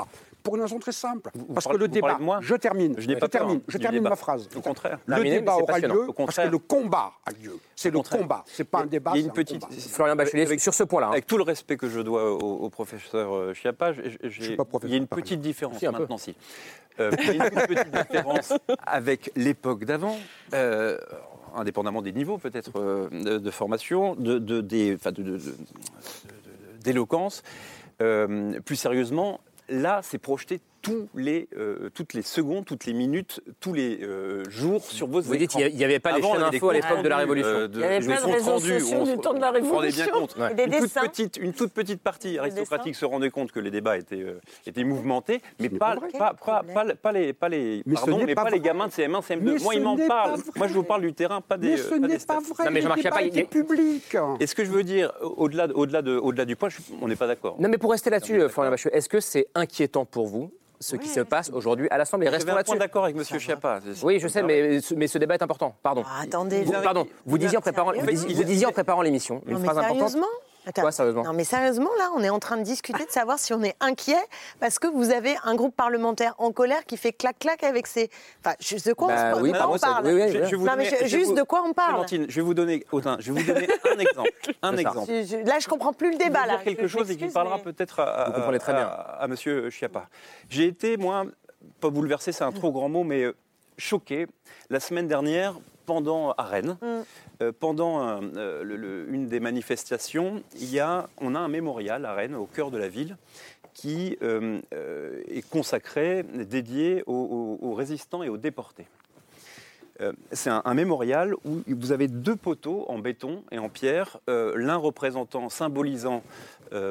pour une raison très simple. Vous parce parlez, que le débat, de moi je termine, je, n'ai je pas termine, peur, je termine débat. ma phrase. Au contraire. Le Terminé, débat aura lieu parce que le combat a lieu. C'est le combat, c'est pas un débat, il y a c'est une un petite, combat. Florian Bachelier, avec, sur ce point-là. Hein. Avec tout le respect que je dois au, au professeur Schiappa, j'ai, je suis pas professeur, il y a une pas petite rien. différence si, maintenant. Si. Euh, il y a une petite différence avec l'époque d'avant. Euh, indépendamment des niveaux peut-être euh, de, de formation, de, de, des, enfin de, de, de, de, d'éloquence. Euh, plus sérieusement, là, c'est projeté tous les, euh, toutes les secondes, toutes les minutes, tous les euh, jours sur vos écrans. Vous dites qu'il n'y avait pas les chaînes info à l'époque de la Révolution. Euh, de, il n'y avait pas de réseaux sociaux du temps de la Révolution. On rendait bien compte. Ouais. Des Une, toute dessins. petite, une toute petite partie aristocratique se rendait compte que les débats étaient, euh, étaient mouvementés, mais pas, pas, pas, pas, pas les, pas les, mais pardon, mais pas, pas les gamins de C M un, C M deux. Mais Moi, ils m'en parlent. Moi, je vous parle du terrain, pas des. Mais ce n'est pas vrai. Non, mais le débat était public. Et ce que je veux dire, au-delà, au-delà, de, au-delà du point, je, on n'est pas d'accord. Non, mais pour rester là-dessus, Florian Bachelier, est-ce que c'est inquiétant pour vous ce qui se passe aujourd'hui à l'Assemblée? Restons là-dessus. Je suis d'accord avec M. Schiappa. Oui, je sais, mais, mais ce débat est important. Pardon. Ah, attendez, vous, pardon. Vous disiez en préparant, vous disiez, vous disiez en préparant l'émission une non, phrase mais importante. Sérieusement Attends. Quoi, sérieusement? Non, mais sérieusement, là, on est en train de discuter de savoir si on est inquiet parce que vous avez un groupe parlementaire en colère qui fait clac-clac avec ses. Enfin, juste de quoi bah, on, oui, de bah, quoi on parle oui, oui, je, je vous non, donner, mais je, juste vous, de quoi on parle Clémentine, je vais vous donner, Audin, je vais vous donner un exemple. Un exemple. Je, je, là, je comprends plus le débat. Je vais là. dire quelque chose et qui parlera mais... peut-être à, à, vous très bien. à, à M. Schiappa. J'ai été, moi, pas bouleversé, c'est un trop grand mot, mais euh, choqué la semaine dernière pendant à Rennes. Mm. Euh, pendant euh, le, le, une des manifestations, il y a, on a un mémorial à Rennes, au cœur de la ville, qui euh, euh, est consacré, dédié aux, aux, aux résistants et aux déportés. Euh, c'est un, un mémorial où vous avez deux poteaux en béton et en pierre, euh, l'un représentant, symbolisant euh,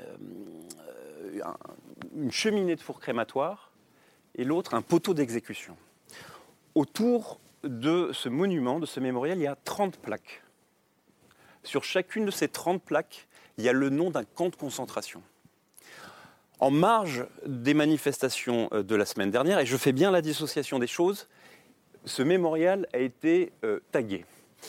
euh, un, une cheminée de four crématoire et l'autre un poteau d'exécution. Autour de ce monument, de ce mémorial, il y a trente plaques. Sur chacune de ces trente plaques, il y a le nom d'un camp de concentration. En marge des manifestations de la semaine dernière, et je fais bien la dissociation des choses, ce mémorial a été euh, tagué.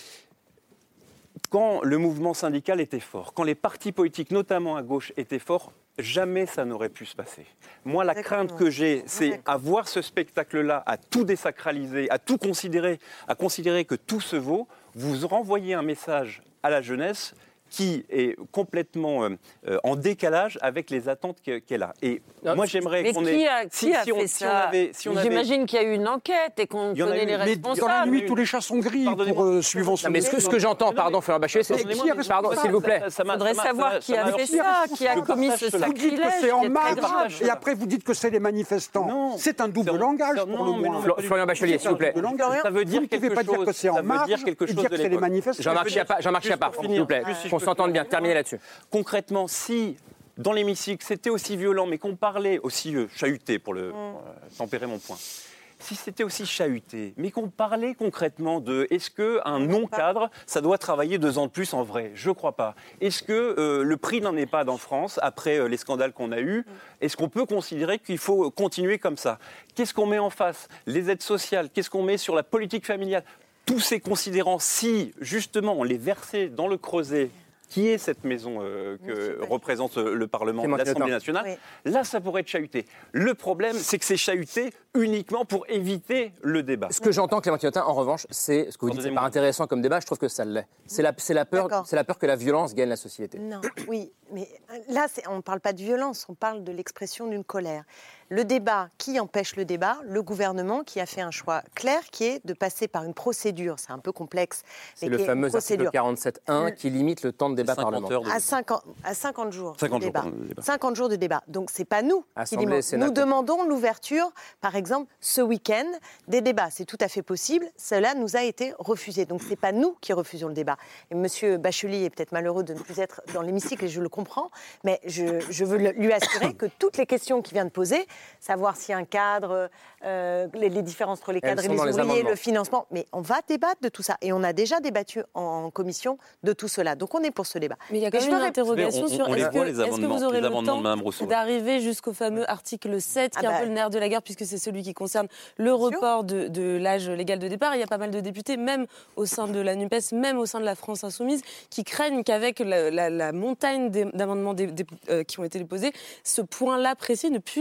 Quand le mouvement syndical était fort, quand les partis politiques, notamment à gauche, étaient forts, jamais ça n'aurait pu se passer. Moi, la crainte que j'ai, c'est à voir ce spectacle-là, à tout désacraliser, à tout considérer, à considérer que tout se vaut, vous renvoyez un message à la jeunesse qui est complètement euh, en décalage avec les attentes qu'elle a. Et non, moi, j'aimerais mais qu'on qui ait... a, qui si, a si fait on, ça si on avait, si on avait... J'imagine qu'il y a eu une enquête et qu'on connaît les responsables. Dans la nuit, tous les chats sont gris pour euh, suivant son... Mais ce que, ce que j'entends, pardon, Florian Bachelier, c'est... Pardon, s'il vous plaît. Il faudrait savoir qui a fait ça, qui a commis ce sacrilège. Vous dites que c'est en marge, et après vous dites que c'est les manifestants. C'est un double langage, pour le moins. Florian Bachelier, s'il vous plaît. Ça veut dire quelque chose. Vous ne pouvez pas dire que c'est en marge et dire que c'est les manifestants. Jean-Marc Schiappa, s'il vous plaît, qu'on s'entende bien, terminez là-dessus. Concrètement, si dans l'hémicycle c'était aussi violent, mais qu'on parlait aussi euh, chahuté, pour, le, pour euh, tempérer mon point, si c'était aussi chahuté, mais qu'on parlait concrètement de est-ce qu'un non-cadre, ça doit travailler deux ans de plus en vrai? Je ne crois pas. Est-ce que euh, le prix n'en est pas en France, après euh, les scandales qu'on a eus? Est-ce qu'on peut considérer qu'il faut continuer comme ça? Qu'est-ce qu'on met en face? Les aides sociales? Qu'est-ce qu'on met sur la politique familiale? Tous ces considérants, si justement on les versait dans le creuset, qui est cette maison euh, que représente le Parlement, l'Assemblée nationale, oui. Là, ça pourrait être chahuté. Le problème, c'est que c'est chahuté uniquement pour éviter le débat. Ce que j'entends, Clémentine Autain, en revanche, c'est ce que vous dites, c'est pas intéressant comme débat, je trouve que ça l'est. C'est la, c'est la peur, c'est la peur que la violence gagne la société. Non, oui, mais là, on ne parle pas de violence, on parle de l'expression d'une colère. Le débat, qui empêche le débat? Le gouvernement qui a fait un choix clair, qui est de passer par une procédure, c'est un peu complexe. C'est le fameux article quarante-sept un qui limite le temps de débat parlementaire. À cinquante, à cinquante jours cinquante de jours, débat. pardon, de débat. cinquante jours de débat. Donc, ce n'est pas nous Assemblée, qui demandons. Sénat, Nous demandons l'ouverture, par exemple, ce week-end, des débats. C'est tout à fait possible. Cela nous a été refusé. Donc, ce n'est pas nous qui refusons le débat. Et M. Bachelier est peut-être malheureux de ne plus être dans l'hémicycle, et je le comprends, mais je, je veux lui assurer que toutes les questions qu'il vient de poser, savoir si un cadre, euh, les, les différences entre les cadres et les ouvriers, le financement, mais on va débattre de tout ça. Et on a déjà débattu en, en commission de tout cela. Donc on est pour ce débat. Mais il y a quand même une interrogation on, sur on est-ce que, est-ce que vous aurez le temps d'arriver jusqu'au fameux article sept, qui ah est bah, un peu le nerf de la guerre, puisque c'est celui qui concerne le report de, de l'âge légal de départ. Il y a pas mal de députés, même au sein de la NUPES, même au sein de la France Insoumise, qui craignent qu'avec la, la, la montagne d'amendements des, des, euh, qui ont été déposés, ce point-là précis ne puisse pas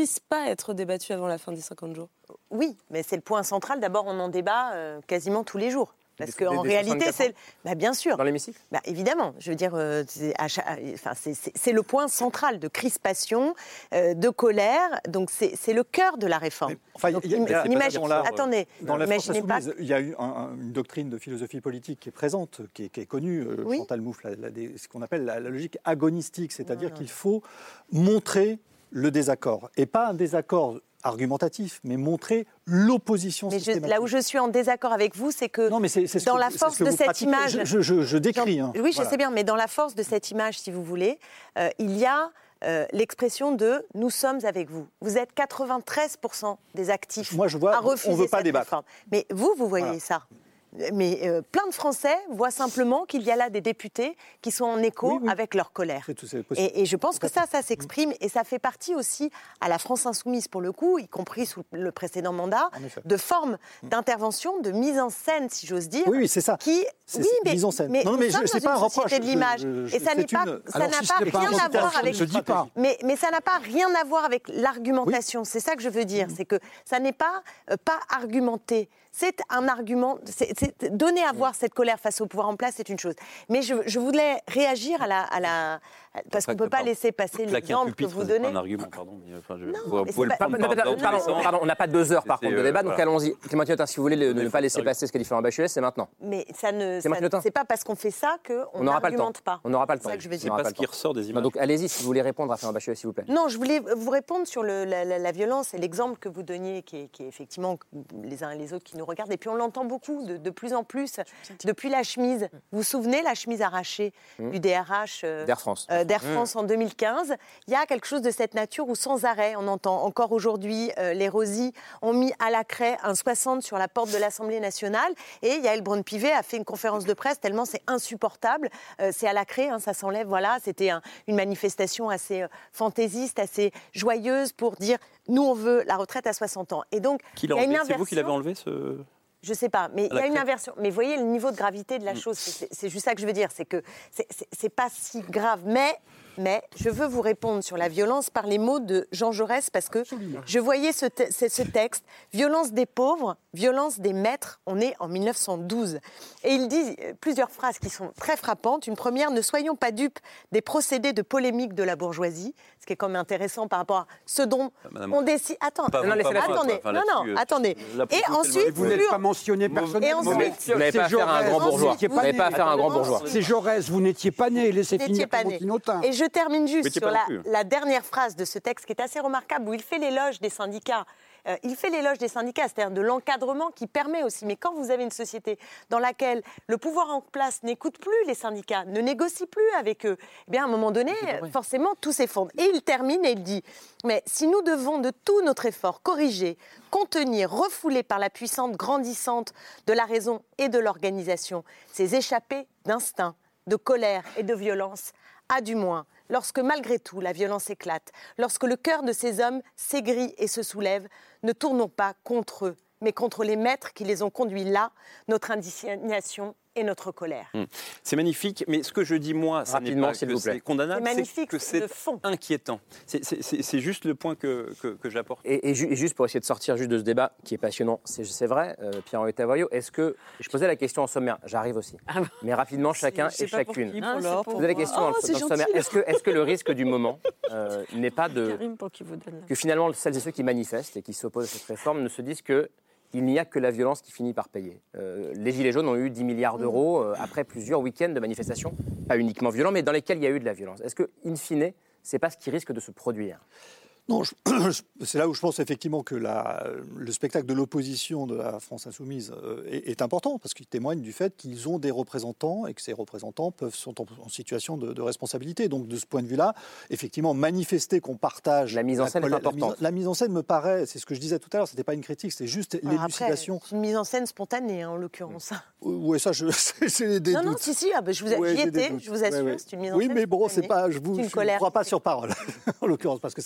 devrait être débattu avant la fin des cinquante jours. Oui, mais c'est le point central. D'abord, on en débat euh, quasiment tous les jours. Parce qu'en réalité, c'est... Bah, bien sûr. Dans l'hémicycle bah, évidemment. Je veux dire, euh, c'est, enfin, c'est, c'est, c'est le point central de crispation, euh, de colère. Donc, c'est, c'est le cœur de la réforme. Mais, enfin, Donc, y a, im- imagine... dans la, Attendez, dans la imaginez France Insoumise, pas... il y a eu un, un, une doctrine de philosophie politique qui est présente, qui est, qui est connue, euh, oui. Chantal Mouffe, la, la, ce qu'on appelle la, la logique agonistique, c'est-à-dire voilà. qu'il faut montrer le désaccord. Et pas un désaccord argumentatif, mais montrer l'opposition mais systématique. Je, là où je suis en désaccord avec vous, c'est que non, mais c'est, c'est dans que, la force de cette pratiquez. image... Je, je, je décris. Dans, hein. Oui, je voilà. sais bien, mais dans la force de cette image, si vous voulez, euh, il y a euh, l'expression de « nous sommes avec vous ». Vous êtes quatre-vingt-treize pour cent des actifs Moi, je vois, à refuser on veut pas cette débattre. réforme. Mais vous, vous voyez voilà. ça. Mais euh, plein de Français voient simplement qu'il y a là des députés qui sont en écho oui, oui. avec leur colère. C'est tout, c'est et, et je pense que ça, ça s'exprime et ça fait partie aussi à la France insoumise pour le coup, y compris sous le précédent mandat, de forme d'intervention, de mise en scène, si j'ose dire. Oui, oui, c'est ça. Qui, c'est, oui, mais, mise en scène. Mais non, mais je, c'est pas un reproche. De l'image. Je, je, et ça n'est pas, une... ça Alors, n'a si pas rien à voir avec. Mais, mais ça n'a pas rien à voir avec l'argumentation. Oui. C'est ça que je veux dire. Mmh. C'est que ça n'est pas euh, pas argumenté. C'est un argument. C'est, c'est, donner à voir cette colère face au pouvoir en place, c'est une chose. Mais je, je voulais réagir à la, à la parce qu'on ne peut pas laisser passer l'exemple que vous donnez. C'est un argument, pardon. Mais enfin, je, non, vous, mais pouvez le pas, prendre pardon, par pardon, pardon, on n'a pas deux heures par contre de débat, donc voilà. allons-y. Clément Tintin, si vous voulez le, ne pas laisser passer ce qu'a dit Florent Bachelier, c'est maintenant. Mais ça ne, ça, c'est pas parce qu'on fait ça qu'on n'argumente pas. On n'aura pas le temps. C'est ça que je veux dire. C'est pas ce qui ressort des images. Donc allez-y, si vous voulez répondre à Florent Bachelier, s'il vous plaît. Non, je voulais vous répondre sur le, la, la, la violence et l'exemple que vous donniez, qui est, qui est effectivement les uns et les autres qui nous regardent. Et puis on l'entend beaucoup, de, de plus en plus, depuis la chemise. Vous vous souvenez la chemise arrachée mmh. du D R H euh, d'Air France, euh, d'Air France mmh. en deux mille quinze. Il y a quelque chose de cette nature où sans arrêt, on entend encore aujourd'hui, euh, les Rosy ont mis à la craie un soixante sur la porte de l'Assemblée nationale. Et Yael Braun-Pivet a fait une conférence de presse tellement c'est insupportable. Euh, c'est à la craie, hein, ça s'enlève. Voilà, c'était un, une manifestation assez euh, fantaisiste, assez joyeuse pour dire nous on veut la retraite à soixante ans. Et donc il y a une inversion. C'est vous qui l'avez enlevé ce... Je ne sais pas, mais il y a une inversion. Mais vous voyez le niveau de gravité de la chose, c'est, c'est juste ça que je veux dire, c'est que c'est, c'est, c'est pas si grave. Mais, mais je veux vous répondre sur la violence par les mots de Jean Jaurès, parce que Absolument. je voyais ce, te, ce texte, violence des pauvres, violence des maîtres, on est en mille neuf cent douze. Et il dit plusieurs phrases qui sont très frappantes. Une première, ne soyons pas dupes des procédés de polémique de la bourgeoisie, ce qui est quand même intéressant par rapport à ce dont Madame, on décide... Attends, pas, non, pas attendez, enfin, non, non, attendez. Et ensuite... Vous n'êtes pas mentionné personnellement. Vous n'avez pas affaire à un grand bourgeois. Vous n'avez pas affaire à un grand bourgeois. C'est Jaurès, vous n'étiez pas né, laissez finir Timothée. Et je termine juste sur la, la dernière phrase de ce texte qui est assez remarquable, où il fait l'éloge des syndicats. Euh, il fait l'éloge des syndicats, c'est-à-dire de l'encadrement qui permet aussi. Mais quand vous avez une société dans laquelle le pouvoir en place n'écoute plus les syndicats, ne négocie plus avec eux, eh bien à un moment donné, forcément, tout s'effondre. Et il termine et il dit « Mais si nous devons de tout notre effort corriger, contenir, refouler par la puissance grandissante de la raison et de l'organisation ces échappées d'instinct, de colère et de violence, à du moins, lorsque malgré tout la violence éclate, lorsque le cœur de ces hommes s'aigrit et se soulève, ne tournons pas contre eux, mais contre les maîtres qui les ont conduits là, notre indignation et notre colère. Mmh. C'est magnifique, mais ce que je dis moi, ça n'est pas que c'est condamnable, c'est, c'est que c'est inquiétant. C'est, c'est, c'est, c'est juste le point que, que, que j'apporte. Et, et, ju- et juste pour essayer de sortir juste de ce débat qui est passionnant, c'est, c'est vrai, euh, Pierre-Henri Tavoyot, est-ce que... Je posais la question en sommaire, j'arrive aussi, ah bah, mais rapidement chacun et chacune. Qui, non, je posais la question oh, dans, le, dans le sommaire, est-ce que, est-ce que le risque du moment euh, n'est pas de... que finalement celles et ceux qui manifestent et qui s'opposent à cette réforme ne se disent que il n'y a que la violence qui finit par payer. Euh, les Gilets jaunes ont eu dix milliards d'euros euh, après plusieurs week-ends de manifestations, pas uniquement violents, mais dans lesquels il y a eu de la violence. Est-ce que, in fine, c'est pas ce qui risque de se produire ? Non, je, c'est là où je pense effectivement que la, le spectacle de l'opposition de la France insoumise est, est important, parce qu'il témoigne du fait qu'ils ont des représentants et que ces représentants peuvent, sont en, en situation de, de responsabilité. Donc de ce point de vue-là, effectivement, manifester qu'on partage... La mise en scène la, est importante. La mise, la mise en scène me paraît, c'est ce que je disais tout à l'heure, c'était pas une critique, c'était juste alors l'élucidation. Après, c'est une mise en scène spontanée, hein, en l'occurrence. Oui, ça, je, j'ai des non, doutes. Non, si, si, ah, bah, je vous, ouais, j'y étais, je vous assure, ouais, ouais. c'est une mise en oui, scène mais bon, spontanée. c'est pas, je vous, je ne crois pas sur parole, en l'occurrence, parce que ça fait partie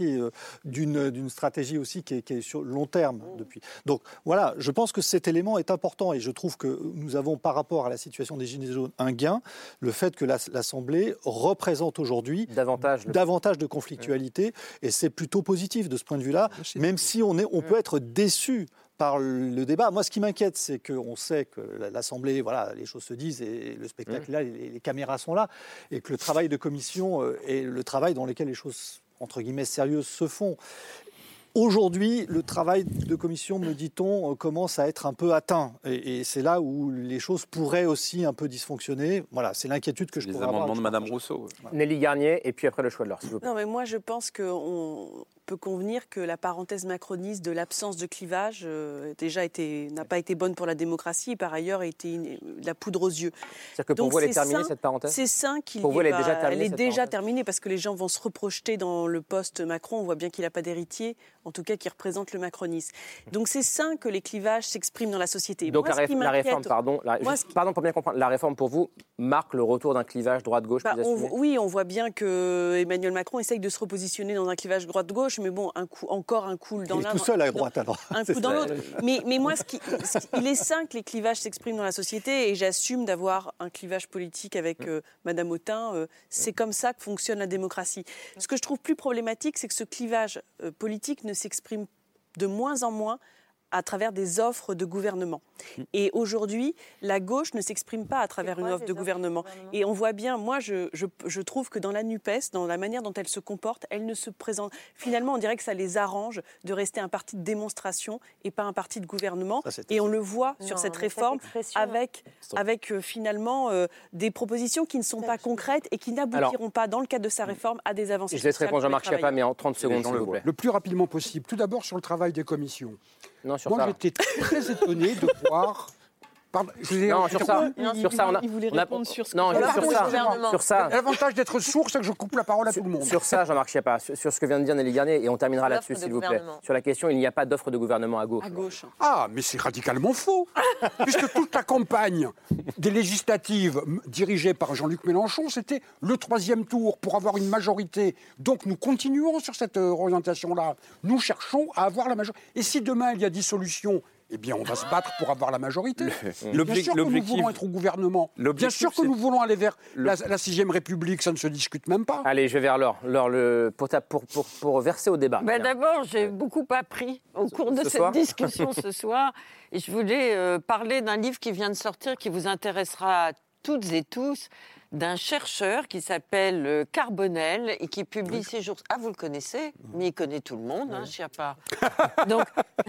partie euh, d'une, d'une stratégie aussi qui est, qui est sur le long terme depuis. Donc voilà, je pense que cet élément est important et je trouve que nous avons par rapport à la situation des Gilets jaunes un gain, le fait que la, l'Assemblée représente aujourd'hui davantage, davantage de conflictualité et c'est plutôt positif de ce point de vue-là, même si on, est, on peut être déçu par le débat. Moi, ce qui m'inquiète, c'est qu'on sait que l'Assemblée, voilà, les choses se disent et le spectacle est là, les, les caméras sont là, et que le travail de commission est le travail dans lequel les choses, entre guillemets, sérieuses se font. Aujourd'hui, le travail de commission, me dit-on, commence à être un peu atteint. Et, et c'est là où les choses pourraient aussi un peu dysfonctionner. Voilà, c'est l'inquiétude que je les pourrais avoir. Les amendements de Madame Rousseau. Voilà. Nelly Garnier, et puis après le choix de l'heure, s'il vous plaît. Non, mais moi, je pense qu'on peut convenir que la parenthèse macroniste de l'absence de clivage euh, déjà été, n'a pas été bonne pour la démocratie et par ailleurs a été une, la poudre aux yeux. C'est-à-dire que pour Donc, vous, elle est c'est terminée, sain, cette parenthèse ? C'est sain qu'il Pour vous, elle est bah, déjà terminée, elle est cette déjà parenthèse terminée parce que les gens vont se reprojeter dans le poste Macron. On voit bien qu'il n'a pas d'héritier, en tout cas qui représente le macronisme. Donc c'est sain que les clivages s'expriment dans la société. Donc moi, la, réf- la réforme, pardon, la, moi, juste, pardon pour bien comprendre, la réforme pour vous marque le retour d'un clivage droite-gauche bah, plus assumé ? on, Oui, on voit bien que Emmanuel Macron essaye de se repositionner dans un clivage droite-gauche, mais bon, un coup, encore un coup dans l'un. Il est tout seul à droite alors. Un coup dans l'autre. Mais, mais moi, ce qui, ce qui, il est sain que les clivages s'expriment dans la société et j'assume d'avoir un clivage politique avec euh, Madame Autain. Euh, c'est comme ça que fonctionne la démocratie. Ce que je trouve plus problématique, c'est que ce clivage euh, politique ne s'exprime de moins en moins à travers des offres de gouvernement. Et aujourd'hui, la gauche ne s'exprime pas à travers une offre de gouvernement. Et on voit bien, moi, je, je, je trouve que dans la NUPES, dans la manière dont elle se comporte, elle ne se présente... Finalement, on dirait que ça les arrange de rester un parti de démonstration et pas un parti de gouvernement. Ça, et on le voit non, sur cette réforme cette avec, avec euh, finalement euh, des propositions qui ne sont pas concrètes et qui n'aboutiront Alors, pas, dans le cadre de sa réforme, à des avancées. Je laisse répondre Jean-Marc Schiappa, mais en trente secondes, s'il vous plaît. Le plus rapidement possible. Tout d'abord, sur le travail des commissions. Non, sur Moi, ça. j'étais très étonné de voir... Pardon, je vous ai... Non, sur ça, non, sur ça, on a... Il voulait on a... répondre sur ce non, que sur ça, sur ça. L'avantage d'être sourd, c'est que je coupe la parole à sur, tout le monde. Sur ça, Jean-Marc Schiappa, sur, sur ce que vient de dire Nelly Garnier, et on terminera là-dessus, s'il vous plaît. Sur la question, il n'y a pas d'offre de gouvernement à gauche. À gauche. Ah, mais c'est radicalement faux. Puisque toute la campagne des législatives dirigée par Jean-Luc Mélenchon, c'était le troisième tour pour avoir une majorité. Donc nous continuons sur cette orientation-là. Nous cherchons à avoir la majorité. Et si demain il y a dissolution, eh bien, on va se battre pour avoir la majorité. Le, bien sûr que nous voulons être au gouvernement. Bien sûr que nous voulons aller vers le... la, la sixième République. Ça ne se discute même pas. Allez, je vais vers Laure. Laure, le, pour, ta, pour, pour, pour verser au débat. Ben d'abord, j'ai beaucoup appris au cours de ce cette soir. discussion ce soir. Et je voulais euh, parler d'un livre qui vient de sortir, qui vous intéressera toutes et tous, d'un chercheur qui s'appelle Carbonel et qui publie oui. ces jours... Ah, vous le connaissez, mais il connaît tout le monde, hein, Schiappa. Donc,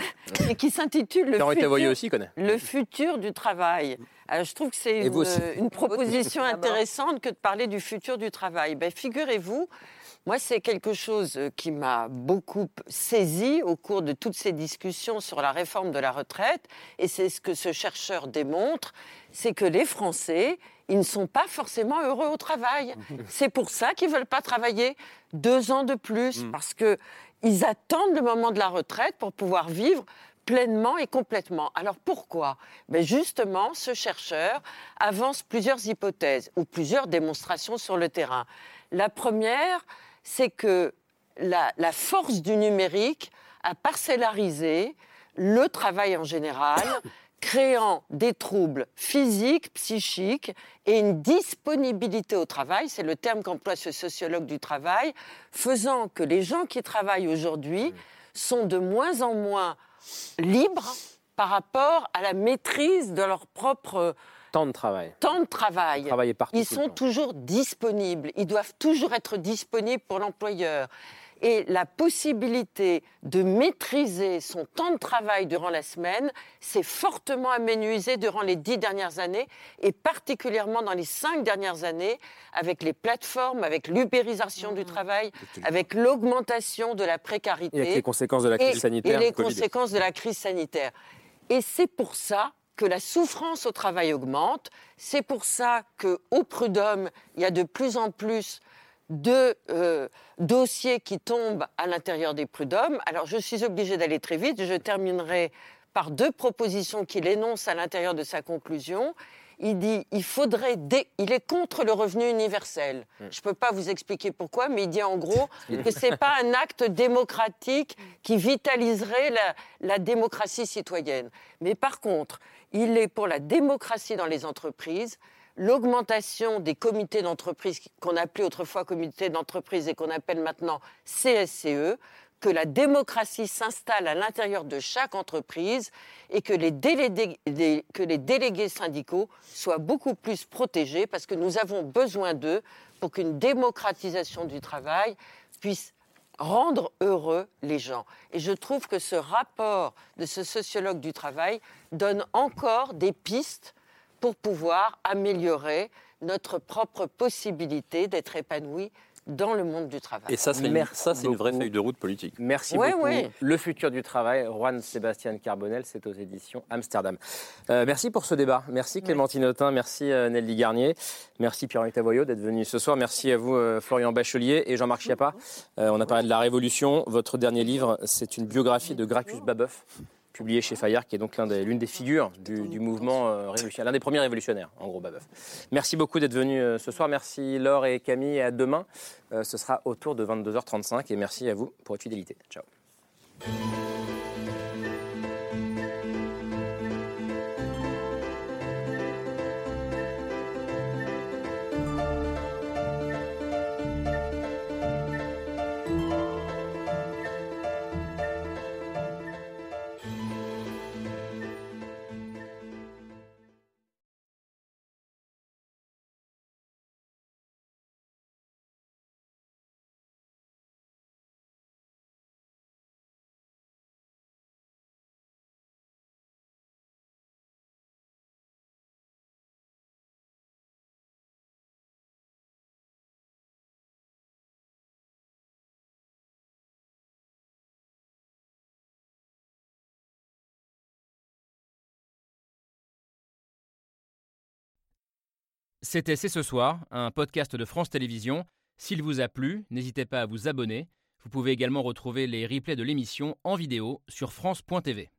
et qui s'intitule le futur, aussi, connaît. le futur du travail. Alors, je trouve que c'est une, une proposition intéressante que de parler du futur du travail. Ben, figurez-vous, moi, c'est quelque chose qui m'a beaucoup saisi au cours de toutes ces discussions sur la réforme de la retraite, et c'est ce que ce chercheur démontre, c'est que les Français, ils ne sont pas forcément heureux au travail. C'est pour ça qu'ils ne veulent pas travailler deux ans de plus, mmh. parce qu'ils attendent le moment de la retraite pour pouvoir vivre pleinement et complètement. Alors pourquoi ? Ben justement, ce chercheur avance plusieurs hypothèses ou plusieurs démonstrations sur le terrain. La première, c'est que la, la force du numérique a parcellarisé le travail en général, créant des troubles physiques, psychiques et une disponibilité au travail, c'est le terme qu'emploie ce sociologue du travail, faisant que les gens qui travaillent aujourd'hui sont de moins en moins libres par rapport à la maîtrise de leur propre temps de travail. Temps de travail. Travailler partout, ils sont toujours disponibles, ils doivent toujours être disponibles pour l'employeur. Et la possibilité de maîtriser son temps de travail durant la semaine s'est fortement amenuisée durant les dix dernières années et particulièrement dans les cinq dernières années avec les plateformes, avec l'ubérisation mmh. du travail, avec l'augmentation de la précarité. Et avec les conséquences de la crise et, sanitaire. Et les conséquences de la crise sanitaire. Et c'est pour ça que la souffrance au travail augmente. C'est pour ça qu'au prud'homme, il y a de plus en plus de euh, dossiers qui tombent à l'intérieur des prud'hommes. Alors, je suis obligée d'aller très vite. Je terminerai par deux propositions qu'il énonce à l'intérieur de sa conclusion. Il dit il faudrait... Dé... Il est contre le revenu universel. Mm. Je ne peux pas vous expliquer pourquoi, mais il dit en gros que ce n'est pas un acte démocratique qui vitaliserait la, la démocratie citoyenne. Mais par contre, il est pour la démocratie dans les entreprises, l'augmentation des comités d'entreprise qu'on appelait autrefois comités d'entreprise et qu'on appelle maintenant C S C E, que la démocratie s'installe à l'intérieur de chaque entreprise et que les, délégués, que les délégués syndicaux soient beaucoup plus protégés parce que nous avons besoin d'eux pour qu'une démocratisation du travail puisse rendre heureux les gens. Et je trouve que ce rapport de ce sociologue du travail donne encore des pistes pour pouvoir améliorer notre propre possibilité d'être épanoui dans le monde du travail. Et ça, c'est une, ça, c'est une vraie feuille de route politique. Merci ouais, beaucoup. Ouais. Le futur du travail, Juan Sébastien Carbonel, c'est aux éditions Amsterdam. Euh, merci pour ce débat. Merci Clémentine ouais. Autain, merci euh, Nelly Garnier, merci Pierre-Henri Tavoyot d'être venu ce soir. Merci à vous euh, Florian Bachelier et Jean-Marc Schiappa. Euh, on a parlé de la Révolution. Votre dernier livre, c'est une biographie de Gracchus Babeuf, publié chez Fayard, qui est donc l'un des, l'une des figures du, du mouvement euh, révolutionnaire, l'un des premiers révolutionnaires, en gros, Babeuf. Merci beaucoup d'être venus euh, ce soir. Merci Laure et Camille, et à demain. Euh, ce sera autour de vingt-deux heures trente-cinq, et merci à vous pour votre fidélité. Ciao. C'était C'est ce soir, un podcast de France Télévisions. S'il vous a plu, n'hésitez pas à vous abonner. Vous pouvez également retrouver les replays de l'émission en vidéo sur France point T V.